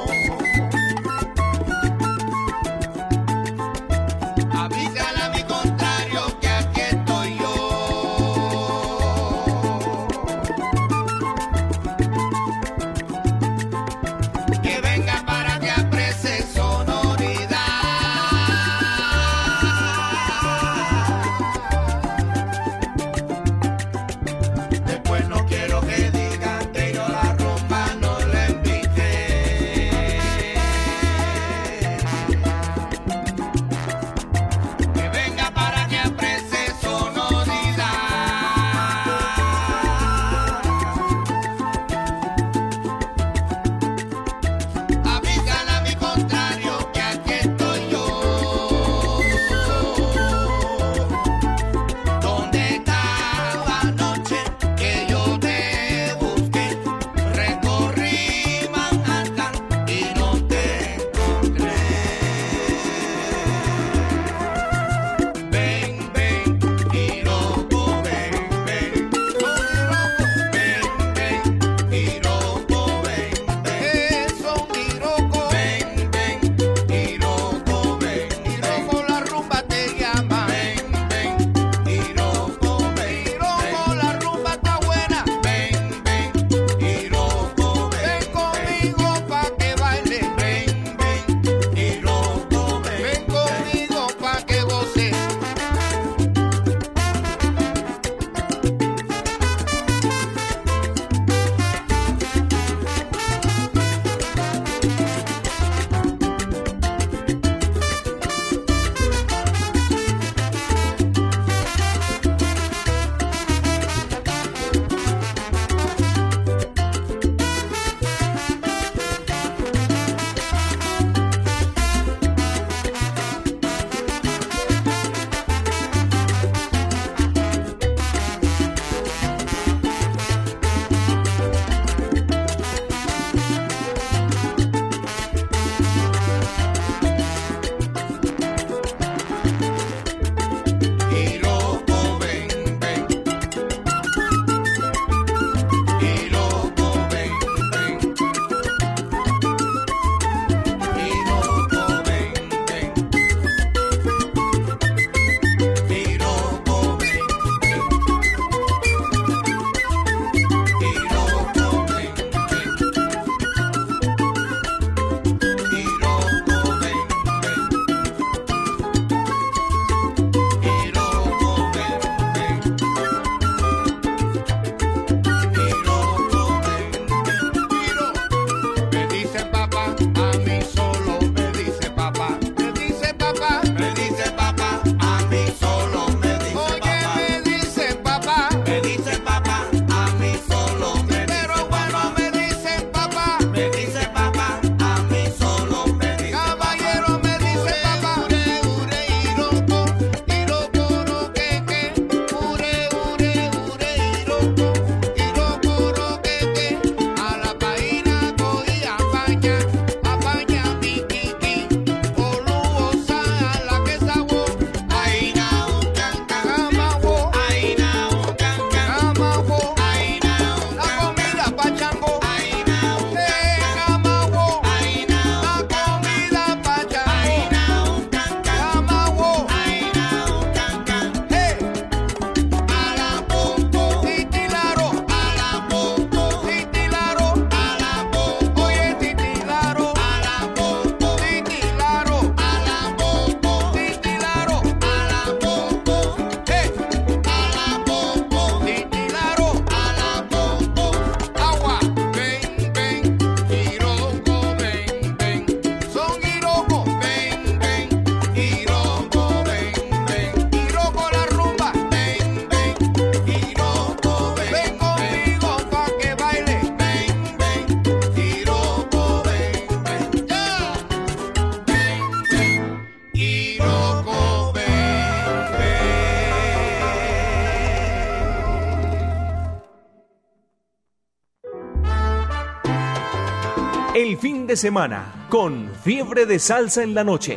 El fin de semana con Fiebre de Salsa en la Noche.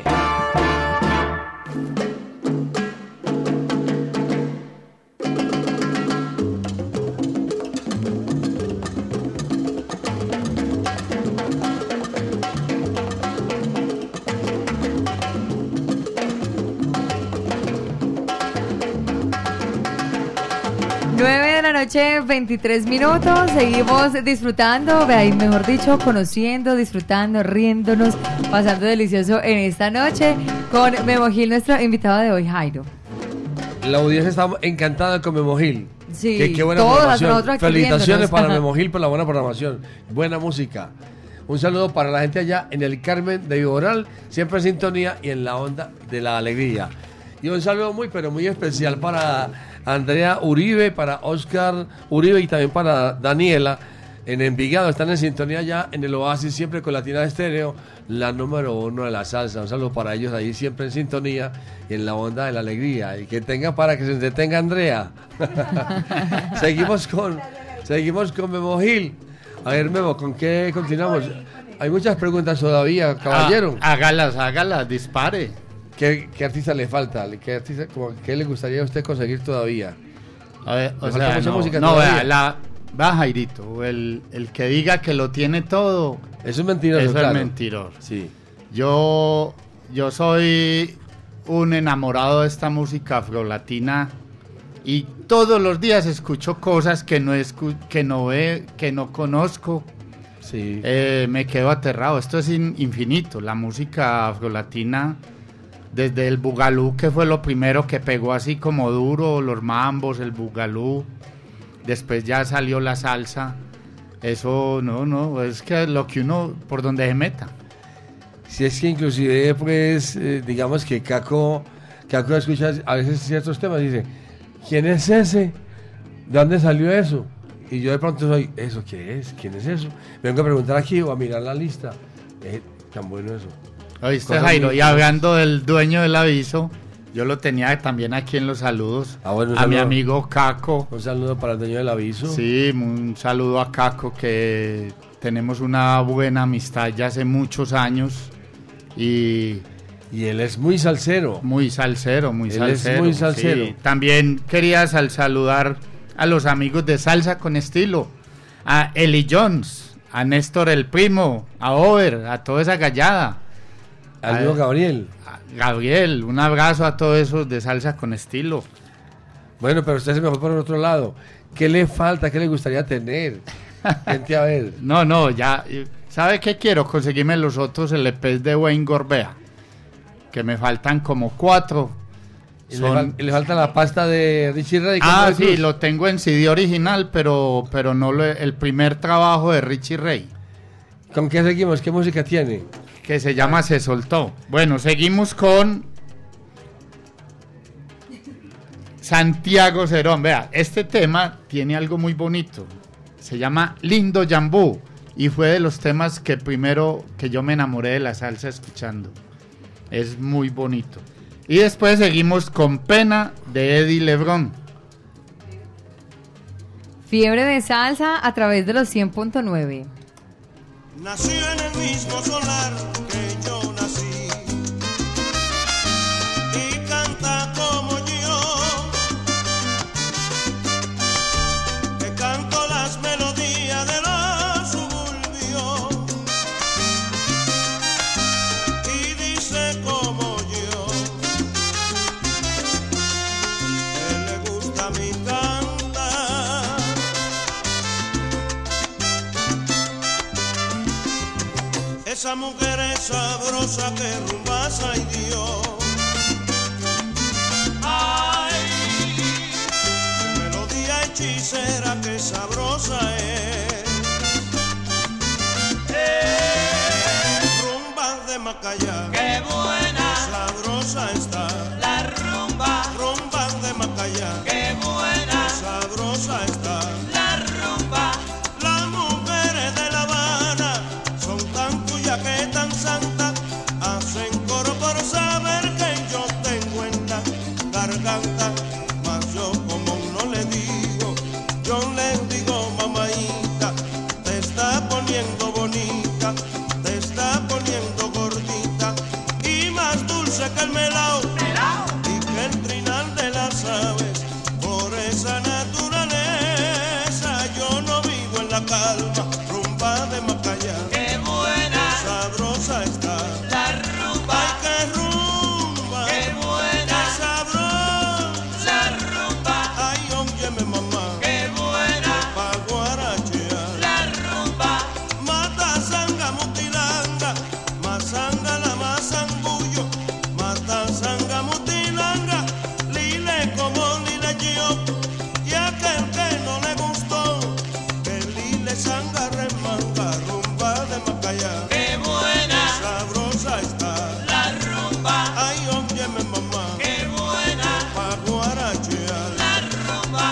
nueve de la noche, veintitrés minutos. Seguimos disfrutando, ahí mejor dicho, conociendo, disfrutando, riéndonos, pasando delicioso en esta noche con Memo Gil, nuestro invitado de hoy, Jairo. La audiencia está encantada con Memo Gil. Sí, qué, qué buena todos programación. nosotros aquí Felicitaciones riéndonos. para Memo Gil por la buena programación, buena música. Un saludo para la gente allá en el Carmen de Viboral, siempre en sintonía y en la onda de la alegría. Y un saludo muy, pero muy especial para Andrea Uribe, para Oscar Uribe y también para Daniela en Envigado. Están en sintonía ya en el Oasis, siempre con Latina Estéreo, la número uno de la salsa. Un saludo para ellos ahí, siempre en sintonía y en la onda de la alegría. Y que tengan para que se entretenga Andrea. seguimos con seguimos con Memo Gil. A ver, Memo, ¿con qué continuamos? Hay muchas preguntas todavía, caballero. Ah, hágalas, hágalas, dispare. ¿Qué, ¿Qué artista le falta? ¿Qué, artista, como, ¿Qué le gustaría a usted conseguir todavía? A ver, o ¿Le sea, falta mucha no, música no, todavía? vea, la, va Jairito, el, el que diga que lo tiene todo, Eso es mentiroso, eso claro. es mentiroso. Sí. Yo, yo soy un enamorado de esta música afrolatina y todos los días escucho cosas que no escu que no ve, que no conozco. Sí. Eh, me quedo aterrado. Esto es in, infinito. La música afrolatina, desde el bugalú, que fue lo primero que pegó así como duro, los mambos, el bugalú. Después ya salió la salsa. Eso, no, no, es que lo que uno, por donde se meta. Si es que inclusive, pues, eh, digamos que Caco, Caco escucha a veces ciertos temas y dice, ¿quién es ese? ¿De dónde salió eso? Y yo de pronto soy, ¿eso qué es? ¿Quién es eso? Vengo a preguntar aquí o a mirar la lista. Es tan bueno eso. ¿Oíste, Cosas Jairo? muy- Y hablando del dueño del aviso, yo lo tenía también aquí en los saludos. Ah, bueno, un a mi saludo. amigo Caco. Un saludo para el dueño del aviso. Sí, un saludo a Caco, que tenemos una buena amistad ya hace muchos años. Y Y él es muy salsero. muy salsero, muy Él es salsero. muy salsero. sí. También quería sal- saludar a los amigos de Salsa con Estilo, a Eli Jones, a Néstor el Primo, a Over, a toda esa gallada. Al amigo a- Gabriel. a Gabriel, un abrazo a todos esos de Salsa con Estilo. Bueno, pero usted se me fue por el otro lado. ¿Qué le falta? ¿Qué le gustaría tener? Gente a ver. No, no, ya, ¿sabe qué quiero? Conseguirme los otros L Pes de Wayne Gorbea, que me faltan como cuatro. Y le, Son- fal- y le falta la pasta de Richie Ray. con Ah, Red sí, Cruz. lo tengo en C D original, pero, pero no lo, el primer trabajo de Richie Ray, ¿Con qué seguimos? ¿Qué música tiene? que se llama Se Soltó. Bueno, seguimos con Santiago Cerón. Vea, este tema tiene algo muy bonito. Se llama Lindo Yambú y fue de los temas que primero que yo me enamoré de la salsa escuchando. Es muy bonito. Y después seguimos con Pena de Eddie Lebrón. Fiebre de salsa a través de los cien punto nueve. Nació en el mismo solar que yo nací y canta como yo, que canto las melodías de los suburbios y dice como yo, que le gusta mi cantar. Esa mujer es sabrosa que rumbasa y Dios. Ay, melodía hechicera que sabrosa es. Eh, rumba de Macaya. ¡Qué buena! Sabrosa está. La rumba, Rumba de Macaya. qué buena, Sabrosa está. la rumba, Las mujeres de La Habana son tan tuyas que tan santas, hacen coro por saber que yo tengo en la garganta, mas yo como no le digo, yo le digo mamaita, te está poniendo bonita, calma, rumba de Macaya. Qué buena, sabrosa está la rumba. Ay, qué rumba, Qué buena, qué sabrosa la rumba. Ay, óyeme mamá, Qué buena, pa' guarachear. la rumba. Mata sanga mutilanga, masanga la masangullo. Mata sanga mutilanga, lile como lile yo. Y aquel que no le gustó, que lile sanga remanga, rumba de Macaya. Qué buena, Sabrosa está la rumba. ay, óyeme mamá, Qué buena, pa' guarachear. la rumba.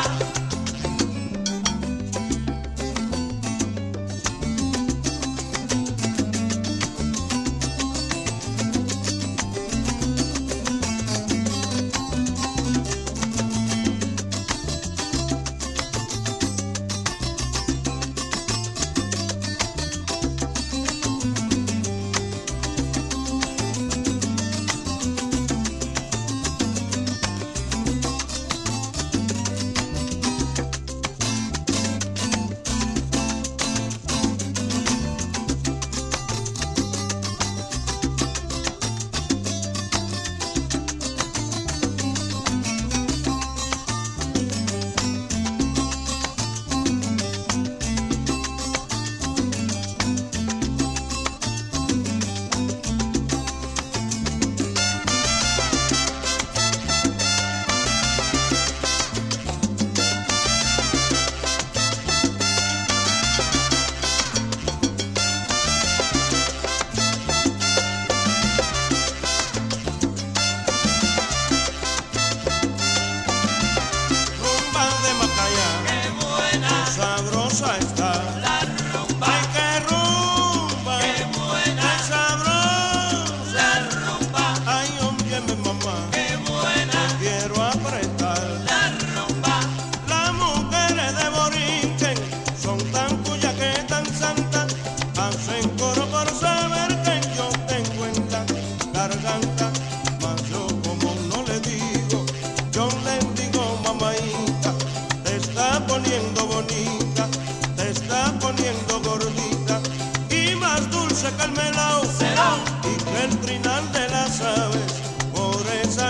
Rumba de Macaya, Qué buena, sabrosa está la rumba. ay, qué rumba, Qué buena, qué sabrosa la rumba. ay, óyeme mamá, Qué buena, quiero apretar. la rumba. Las mujeres de Borinquen son tan cuyas que tan santas, hacen coro por saber que yo tengo en la garganta. Mas yo como no le digo, yo le digo mamaita, te está poniendo bonita, te está poniendo gordita, y más dulce que el melao, y que el trinal de las aves. Por esa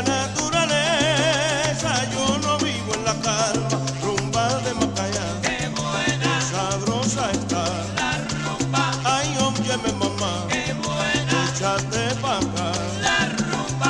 naturaleza yo no vivo en la calma, rumba de Macaya. Qué buena, Sabrosa está la rumba. ay, óyeme mamá, Qué buena, échate pa' acá. la rumba.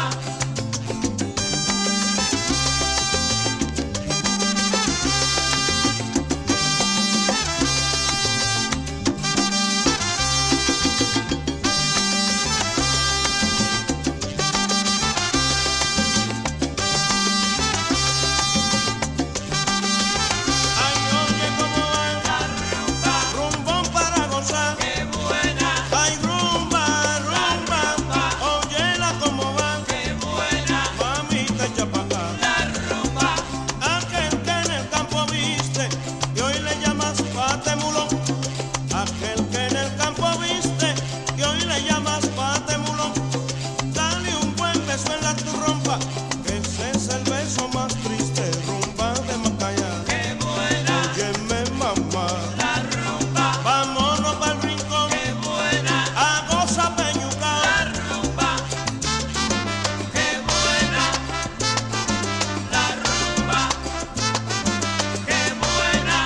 Ay, oye cómo va La rumba. rumbón para gozar. Qué buena, Ay, rumba, rumba, óyela cómo va, qué buena. mamita echa pa' acá. La rumba. Aquel que en el campo viste y hoy le llamas patemulón. Aquel que en el campo viste y hoy le llamas patemulón. Dale un buen beso en la turrompa, que ese es el beso más triste, rumba de Macaya. Qué buena, Óyeme mamá, la rumba. vámonos pa'l rincón, Qué buena, a gozar peñucao. la rumba. Qué buena, la rumba. Qué buena,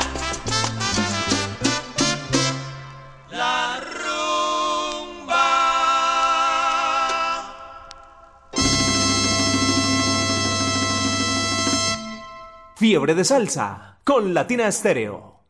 la rumba. Fiebre de salsa con Latina Estéreo.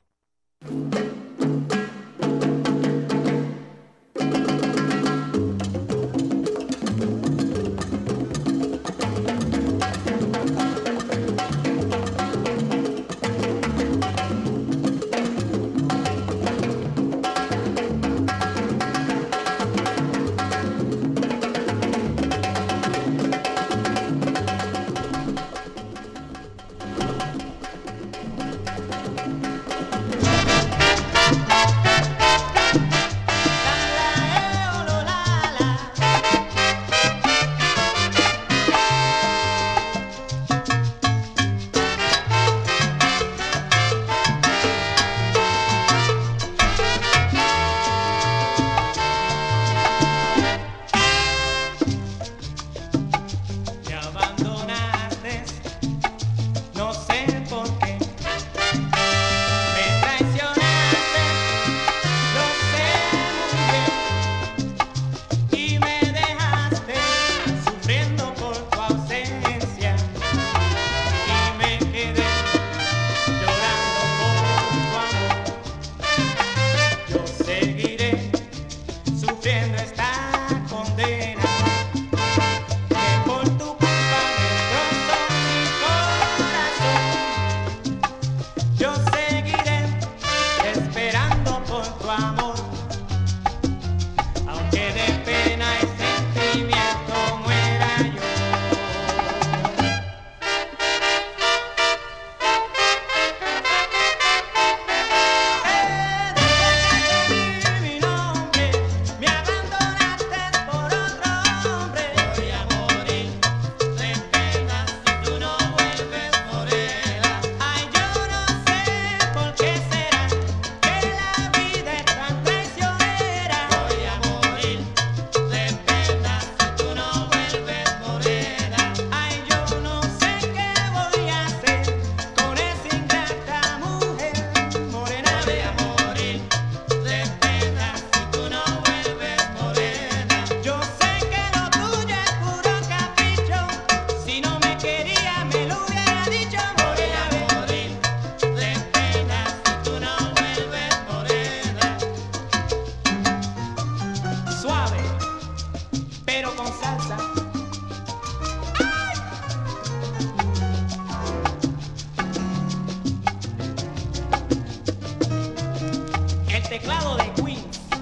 teclado de Queen.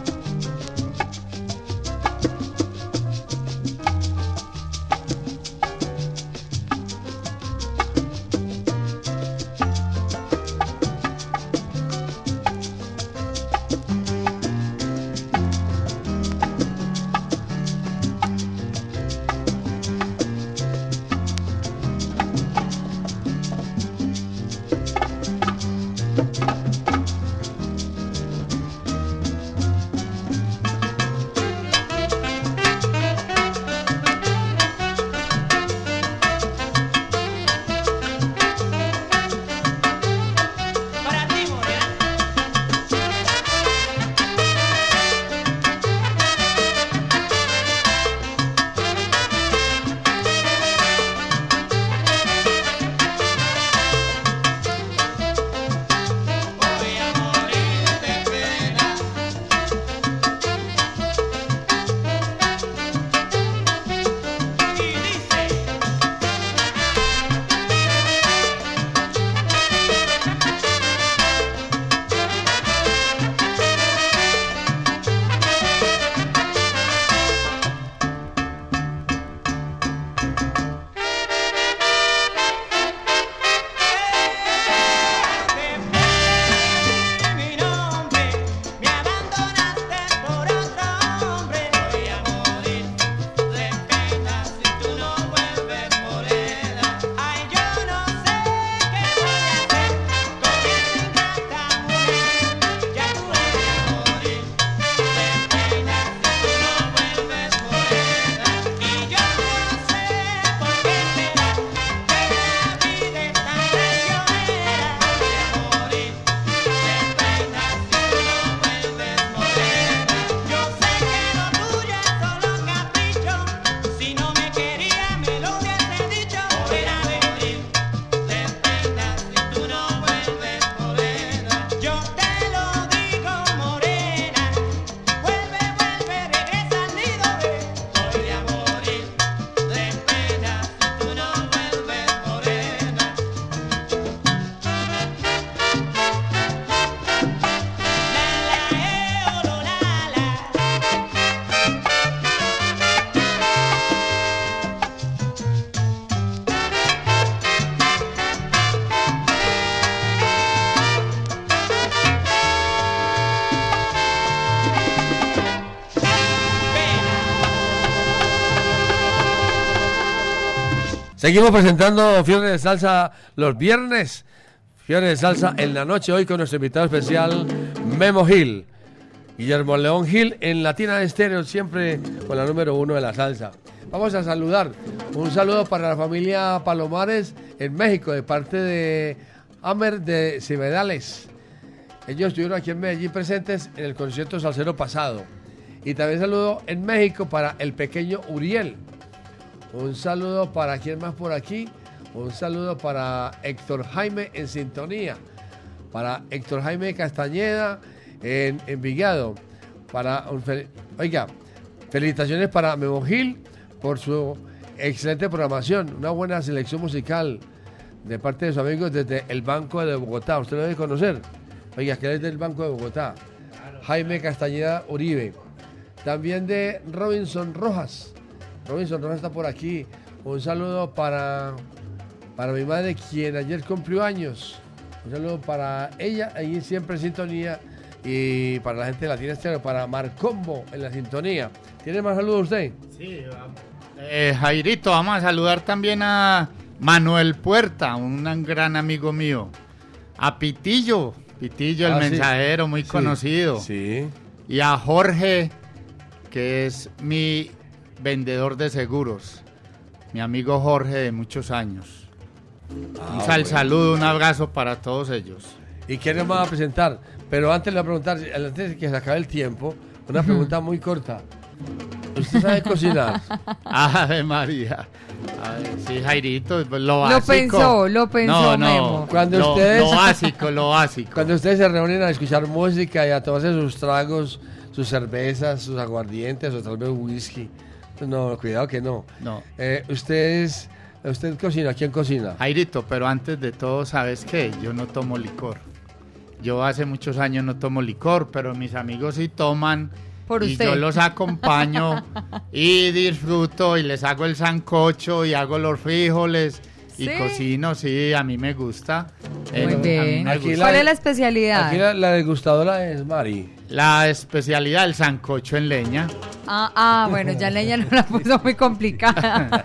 Seguimos presentando Fiebre de Salsa los viernes. Fiebre de Salsa en la noche, hoy con nuestro invitado especial, Memo Gil. Guillermo León Gil en Latina Estéreo, siempre con la número uno de la salsa. Vamos a saludar. Un saludo para la familia Palomares en México, de parte de Amer de Cibedales. Ellos estuvieron aquí en Medellín presentes en el concierto salsero pasado. Y también saludo en México para el pequeño Uriel. Un saludo para quién más por aquí. Un saludo para Héctor Jaime en sintonía. Para Héctor Jaime Castañeda en Envigado. Para un fel- Oiga, felicitaciones para Memo Gil por su excelente programación. Una buena selección musical de parte de sus amigos desde el Banco de Bogotá. Usted lo debe conocer. Oiga, que es del Banco de Bogotá. Jaime Castañeda Uribe. También de Robinson Rojas. Robinson Rojas está por aquí. Un saludo para, para mi madre, quien ayer cumplió años. Un saludo para ella, ahí siempre en sintonía. Y para la gente de Latina Estéreo, para Marcombo en la sintonía. ¿Tiene más saludos usted? Sí, vamos. Eh, Jairito, vamos a saludar también a Manuel Puerta, un gran amigo mío. A Pitillo, Pitillo, el Ah, sí. mensajero, muy Sí, conocido. Sí. Y a Jorge, que es mi vendedor de seguros. Mi amigo Jorge de muchos años. Ah, un sal bueno. saludo, un abrazo para todos ellos. ¿Y quién nos va a presentar? Pero antes le voy a preguntar, antes de que se acabe el tiempo, una pregunta muy corta. ¿Usted sabe cocinar? Ave María. Ay, sí, Jairito, lo básico. Lo pensó, lo pensó, No, no. Memo. Cuando lo, ustedes- lo básico, lo básico. Cuando ustedes se reúnen a escuchar música y a tomarse sus tragos, sus cervezas, sus aguardientes o tal vez whisky. No, cuidado que no. No. Eh, ustedes, usted cocina, ¿quién cocina? Jairito, pero antes de todo, ¿sabes qué? Yo no tomo licor. yo hace muchos años no tomo licor, pero mis amigos sí toman. Por y usted. yo los acompaño y disfruto y les hago el sancocho y hago los frijoles y ¿Sí? cocino, sí, a mí me gusta. Muy Eh, a mí bien. me Aquí gusta. ¿Cuál es la especialidad? Aquí la, la degustadora es Mari. La especialidad del sancocho en leña. Ah, ah, bueno, ya leña no la puso muy complicada.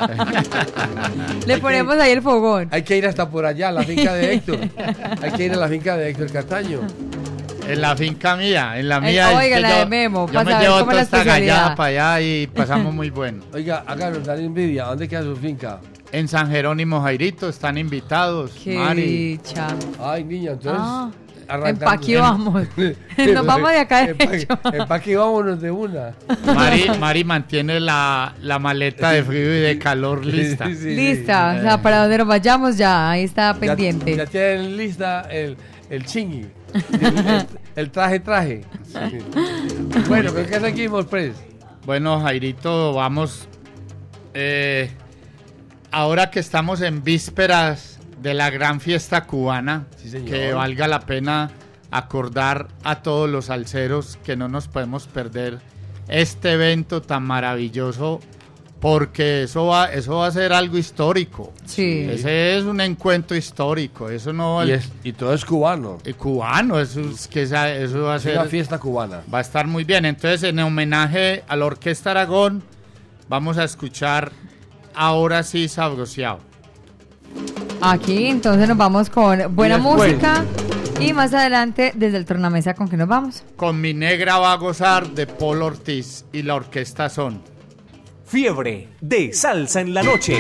Le ponemos ahí el fogón. Hay que ir hasta por allá, a la finca de Héctor. Hay que ir a la finca de Héctor Castaño. En la finca mía, en la Eh, mía. es oiga, que la yo, de Memo, yo para me saber llevo cómo es toda la esta especialidad. gallada para allá y pasamos muy bueno. Oiga, acá nos dan envidia. ¿Dónde queda su finca? En San Jerónimo Jairito están invitados, Qué Mari. dicha. Ay, niña, entonces. Ah, arrancamos. empaque vamos. Nos vamos de acá de Empaque, hecho. empaque vámonos de una. Mari, Mari mantiene la, la maleta de frío y de calor lista. Sí, sí, sí. Lista, o sea, para donde nos vayamos ya, ahí está Ya- pendiente. Ya, tienen lista el, el chingui. El, el- el traje, traje. Bueno, ¿con qué seguimos, pues? Bueno, Jairito, vamos. eh, ahora que estamos en vísperas de la gran fiesta cubana, Sí, señor. que valga la pena acordar a todos los salseros que no nos podemos perder este evento tan maravilloso, porque eso va, eso va a ser algo histórico. Sí. Ese es un encuentro histórico, eso no Y, el- es- y todo es cubano. el cubano, eso es que esa- eso va a Es ser una fiesta cubana. va a estar muy bien. Entonces, en homenaje a la Orquesta Aragón, vamos a escuchar Ahora sí Sabroseado. Aquí entonces nos vamos con buena Y después- música y más adelante desde el tornamesa con que nos vamos. Con Mi Negra va a gozar de Paul Ortiz y la orquesta son. Fiebre de salsa en la noche.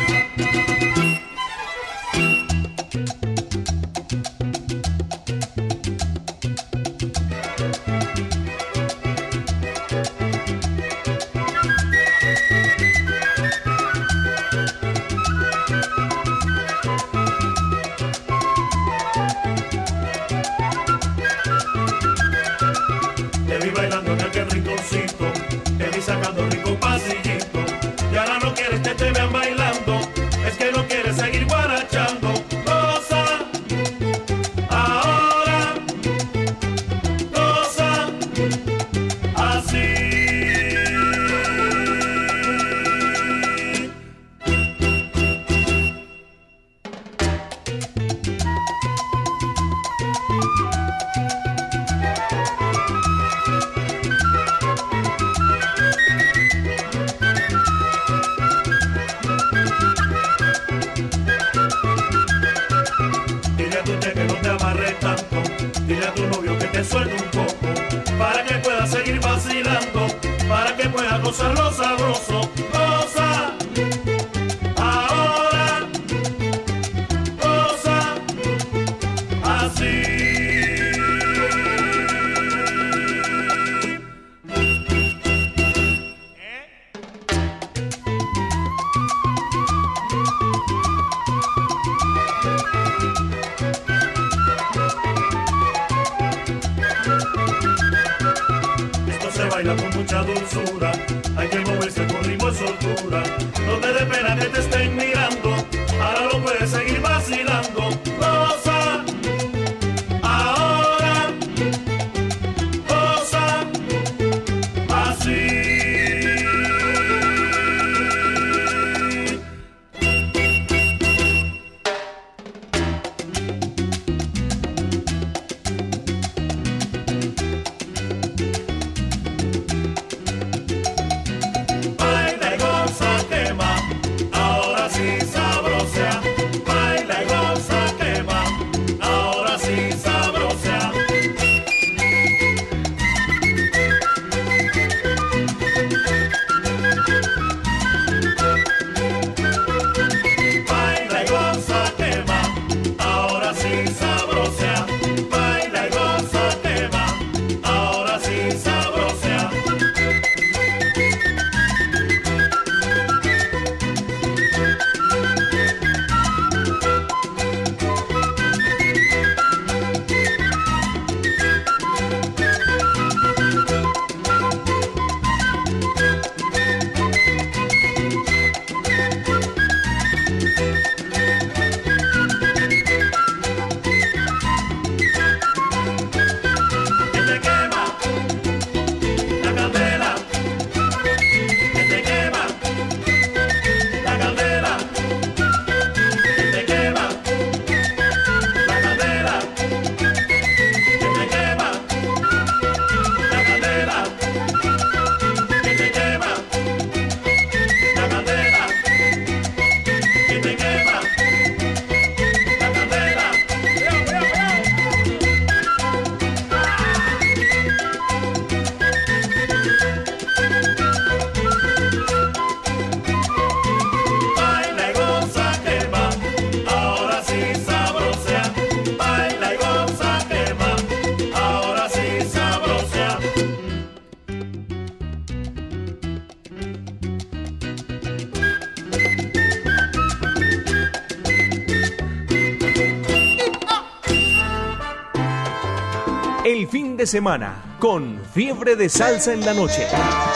Te vi bailando en aquel rinconcito, te vi sacando rico pasillito, y ahora no quieres que te vean bailando, es que no quieres seguir guarachando. Goza, ahora, goza, así. Dile a tu tía que no te amarre tanto, dile a tu novio que te suelte un poco, para que puedas seguir vacilando, para que puedas gozar lo sabroso. Goza, ahora, goza, así. Esto se baila con mucha dulzura, hay que moverse con ritmo y soltura. No te dé pena que te estén mirando, ahora lo puedes seguir vacilando. Goza, ahora, goza, así. Baila y goza, quema, ahora sí sabrosea. Baila el fin de semana con Fiebre de Salsa en la Noche.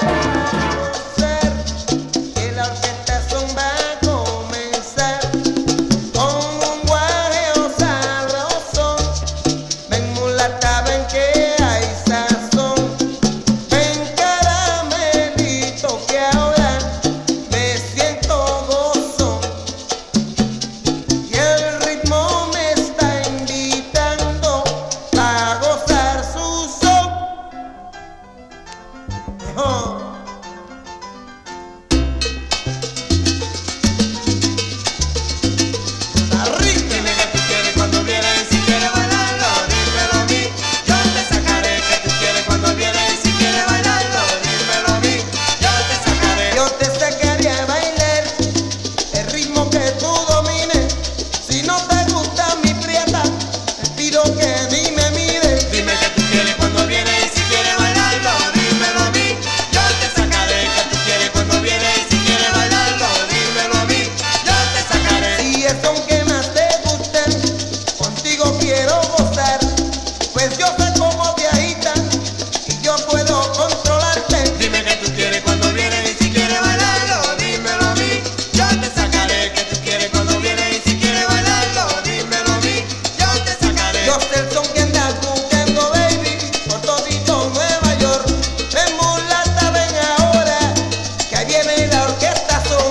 Que la orquestación va a comenzar con un guajeo sabroso. Ven mulata, ven que hay sazón. Ven caramelito que ahora me siento gozón. Y el ritmo me está invitando a gozar su son. Oh. Dime que tú quieres cuando vienes, si quieres bailarlo, dímelo a mí. Yo te sacaré que tú quieres cuando vienes, si quieres bailarlo, dímelo a mí. Yo te sacaré. Yo te sacaré a bailar el ritmo que tú domines. Si no te gusta mi prieta, te pido que ni me mires. Dime que tú quieres cuando vienes, si quieres bailarlo, dímelo a mí. Yo te sacaré que tú quieres cuando vienes, si quieres bailarlo, dímelo a mí. Yo te sacaré. Si es son que más te gusten, contigo quiero gozar. Pues yo sé cómo te agitan y yo puedo controlarte. Dime que tú quieres cuando vienes y si quieres bailarlo, dímelo a mí. Yo te sacaré que tú quieres cuando vienes y si quieres bailarlo, dímelo a mí. Yo te sacaré. Yo sé el son que andas buscando, baby, por todito Nueva York. Ven mulata, ven ahora, que ahí viene la orquesta son.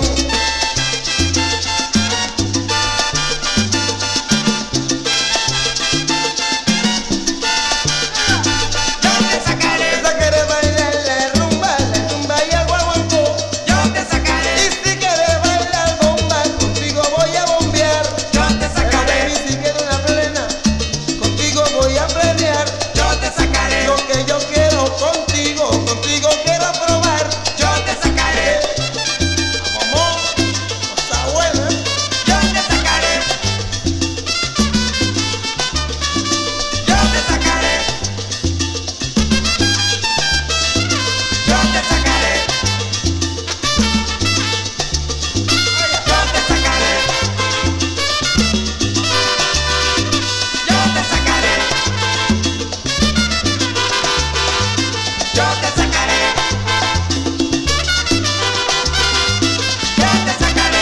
Yo te sacaré. Te sacaré bailar la rumba, la rumba y el guaguancó. Yo te sacaré. Y si quieres bailar bomba, contigo voy a bombear. Yo te sacaré. Y si quieres una plena, contigo voy a plenear. Yo te sacaré. Lo que yo quiero contigo, contigo quiero probar. Yo te sacaré. Vamos, cosa buena. Yo te sacaré. Yo te sacaré. Yo te sacaré. Yo te sacaré. Yo te sacaré. Yo te sacaré. Yo te sacaré.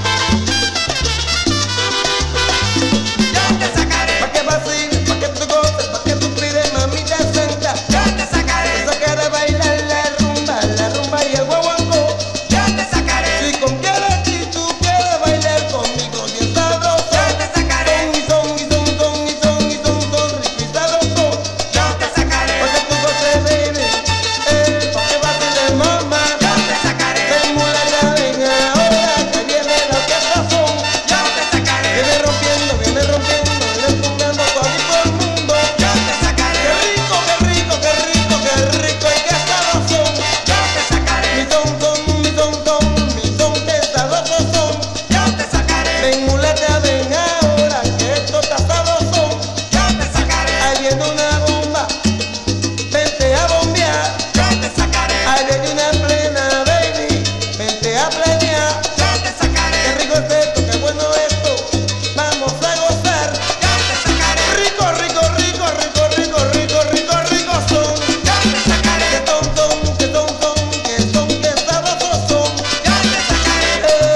Yo te sacaré. Pa' que vaciles, pa' que tú goces, pa' que tú pides, mamita santa. Yo te sacaré. Te sacaré a bailar la rumba, la rumba y el guaguancó. Yo te sacaré. Si con quieres y tú quieres bailar conmigo bien sabroso. Yo te sacaré. Son y son y son y son y son y son rico y sabroso. Yo te sacaré. Pa' que tú goces, baby, eh, pa' que vaciles, mamá. Yo te sacaré. Ven mulata, ven ahora, que viene la orquesta son. Yo te sacaré. Viene rompiendo, viene rompiendo, viene empujando todo el mundo. Yo te sacaré. Qué rico, qué rico, qué rico, qué rico y qué sabroso. Yo te sacaré. Mi son son, mi son son, mi son qué sabroso son. Yo te sacaré. Ven mulata, ven ahora, que esto está sabroso. Yo te sacaré. Ahí viene una bomba, vente a bombear. Yo te sacaré. Ahí viene una plena, baby, vente a plenear. Yo te sacaré. Qué rico es esto, qué bueno esto, vamos a gozar. Yo te sacaré. Rico, rico, rico, rico, rico, rico, rico, rico son. Yo te sacaré. Que son, son, que son, son, que son, que sabrosos son. Yo te sacaré.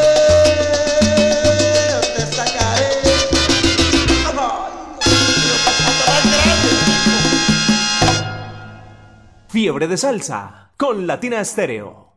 Eh, yo te sacaré. Fiebre de Salsa con Latina Estéreo.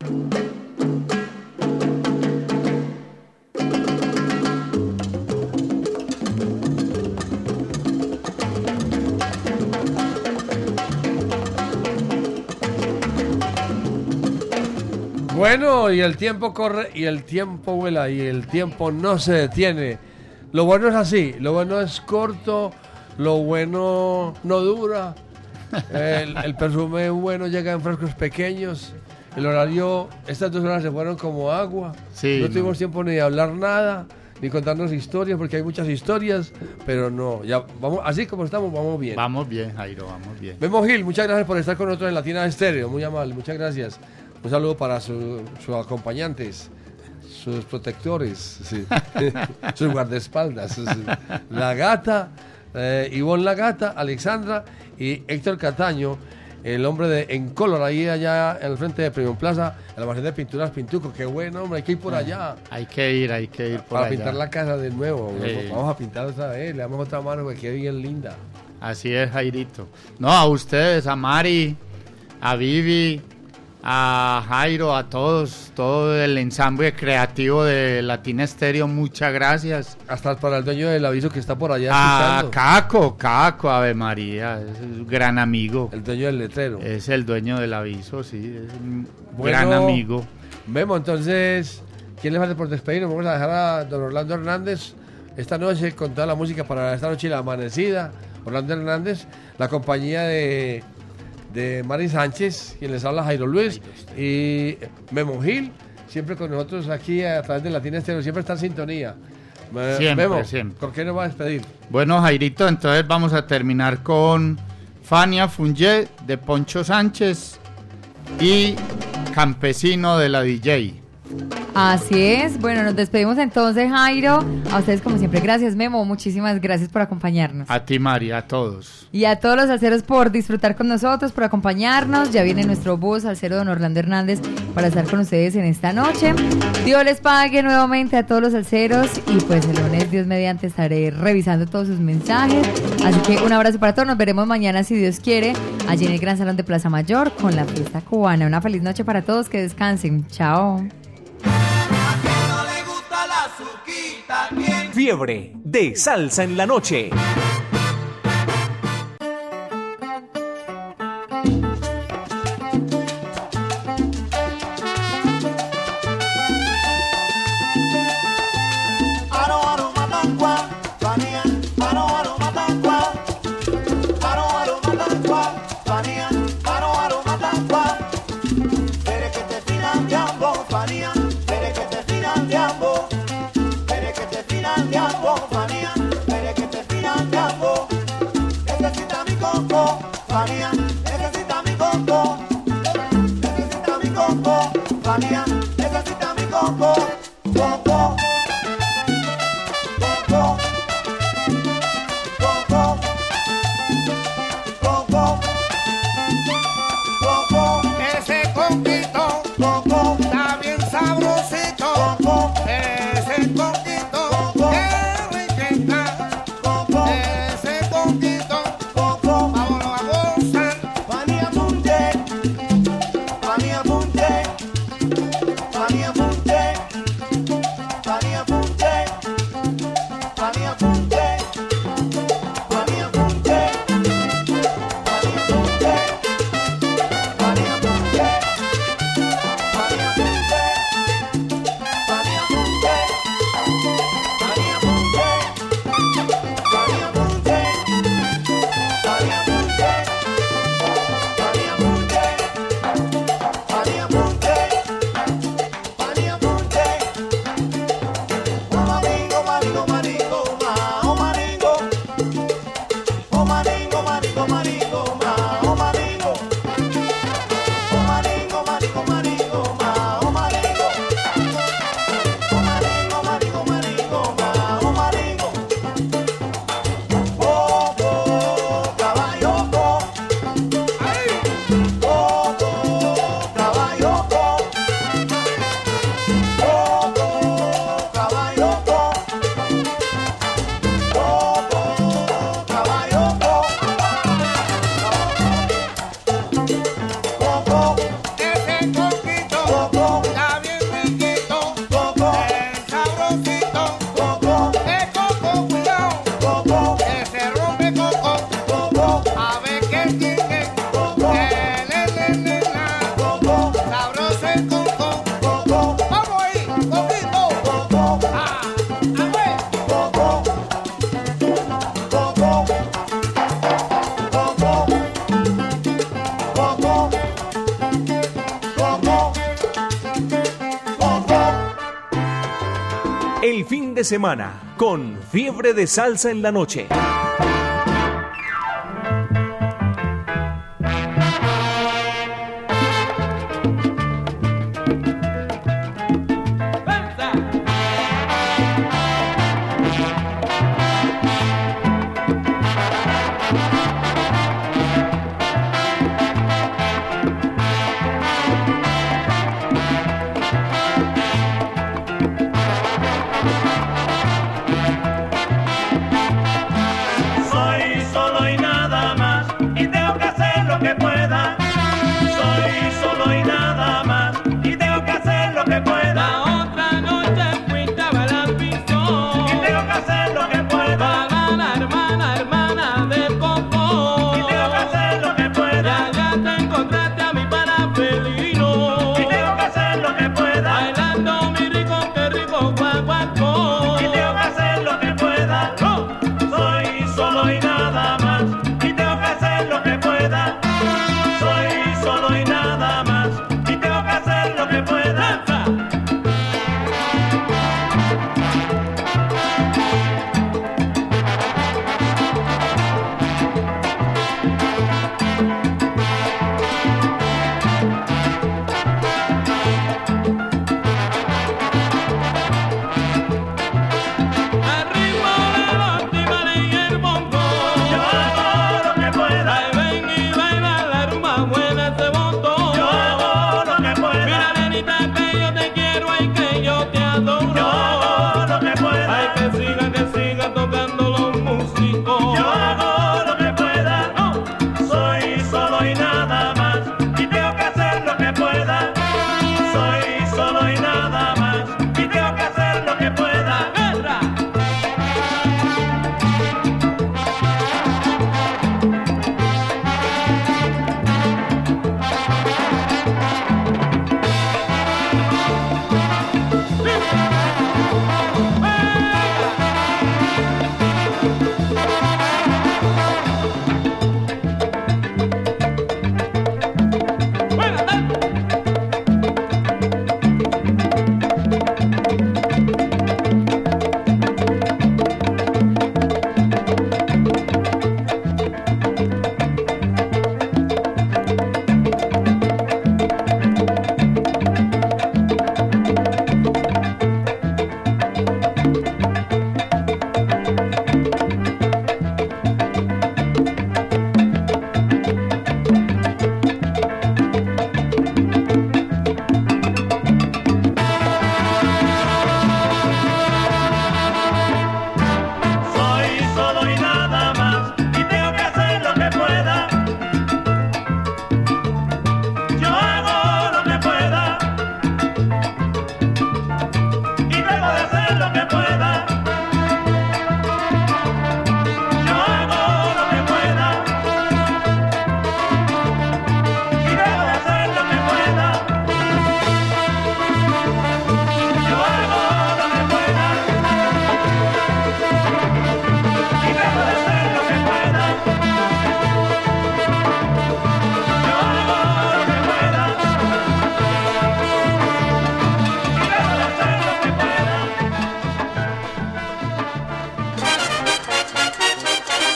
Bueno, y el tiempo corre y el tiempo vuela y el tiempo no se detiene. Lo bueno es así, lo bueno es corto, lo bueno no dura. El, el perfume bueno llega en frascos pequeños. El horario, estas dos horas se fueron como agua. Sí, no tuvimos no. tiempo ni de hablar nada, ni contarnos historias, porque hay muchas historias, pero no, ya vamos, así como estamos, vamos bien. Vamos bien, Jairo, vamos bien. Memo Gil, muchas gracias por estar con nosotros en Latina Estéreo, muy amable, muchas gracias. Un saludo para su- sus acompañantes, sus protectores, sí. Sus guardaespaldas, sus- la gata, eh, Ivonne La Gata, Alexandra y Héctor Cataño, el hombre de Encolor, ahí allá en el frente de Premium Plaza, el almacén de pinturas Pintuco. Qué bueno, hombre, hay que ir por allá. Hay que ir, hay que ir por Para allá. pintar la casa de nuevo. Sí. Vamos a pintar otra vez, le damos otra mano, que quede bien linda. Así es, Jairito. No, a ustedes, a Mari, a Vivi, a Jairo, a todos, todo el ensamble creativo de Latina Estéreo, muchas gracias. Hasta para el dueño del aviso que está por allá A escuchando. Caco, Caco, Ave María, es un gran amigo. El dueño del letrero. Es el dueño del aviso, sí, es un Bueno, gran amigo. Vemos entonces, ¿quién le falta por despedirnos? Vamos a dejar a don Orlando Hernández esta noche con toda la música para esta noche y la amanecida. Orlando Hernández, la compañía de, de Mari Sánchez, quien les habla Jairo Luis, y Memo Gil, siempre con nosotros aquí a través de Latina Estéreo, siempre está en sintonía. Me- Siempre, Memo, siempre. ¿con qué nos va a despedir? Bueno, Jairito, entonces vamos a terminar con Fania Fungé de Poncho Sánchez y Campesino de la D J. Así es. Bueno, nos despedimos entonces, Jairo. A ustedes, como siempre, gracias, Memo. Muchísimas gracias por acompañarnos. A ti, María, a todos. Y a todos los salseros por disfrutar con nosotros, por acompañarnos. Ya viene nuestro bus salsero don Orlando Hernández para estar con ustedes en esta noche. Dios les pague nuevamente a todos los salseros. Y pues el lunes, Dios mediante, estaré revisando todos sus mensajes. Así que un abrazo para todos. Nos veremos mañana, si Dios quiere, allí en el Gran Salón de Plaza Mayor con la fiesta cubana. Una feliz noche para todos. Que descansen. Chao. Fiebre de salsa en la noche. Aro aro matancua, Fania, aro aro matancua, aro aro matancua, Fania, aro aro matancua. Pere que te financiamos, Fania, pere que te financiamos, pere que te financiamos, Fania, pere que te financiamos. Necesita mi coco, Fania, necesita mi coco, necesita mi coco, Fania, necesita mi coco, coco. Ese coquito está bien sabrosito. Ese coquito qué riqueza. Ese coquito vámonos a gozar. Fania Punte, Fania Punte, Fania Punte, Fania Punte, Fania Punte, Fania Punte, Fania Punte, Fania Punte, Fania Punte, Fania Punte, Fania Punte, Fania El fin de semana con Fiebre de Salsa en la Noche.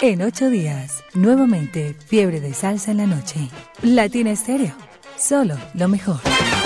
En ocho días, nuevamente Fiebre de Salsa en la noche. Latina Estéreo, solo lo mejor.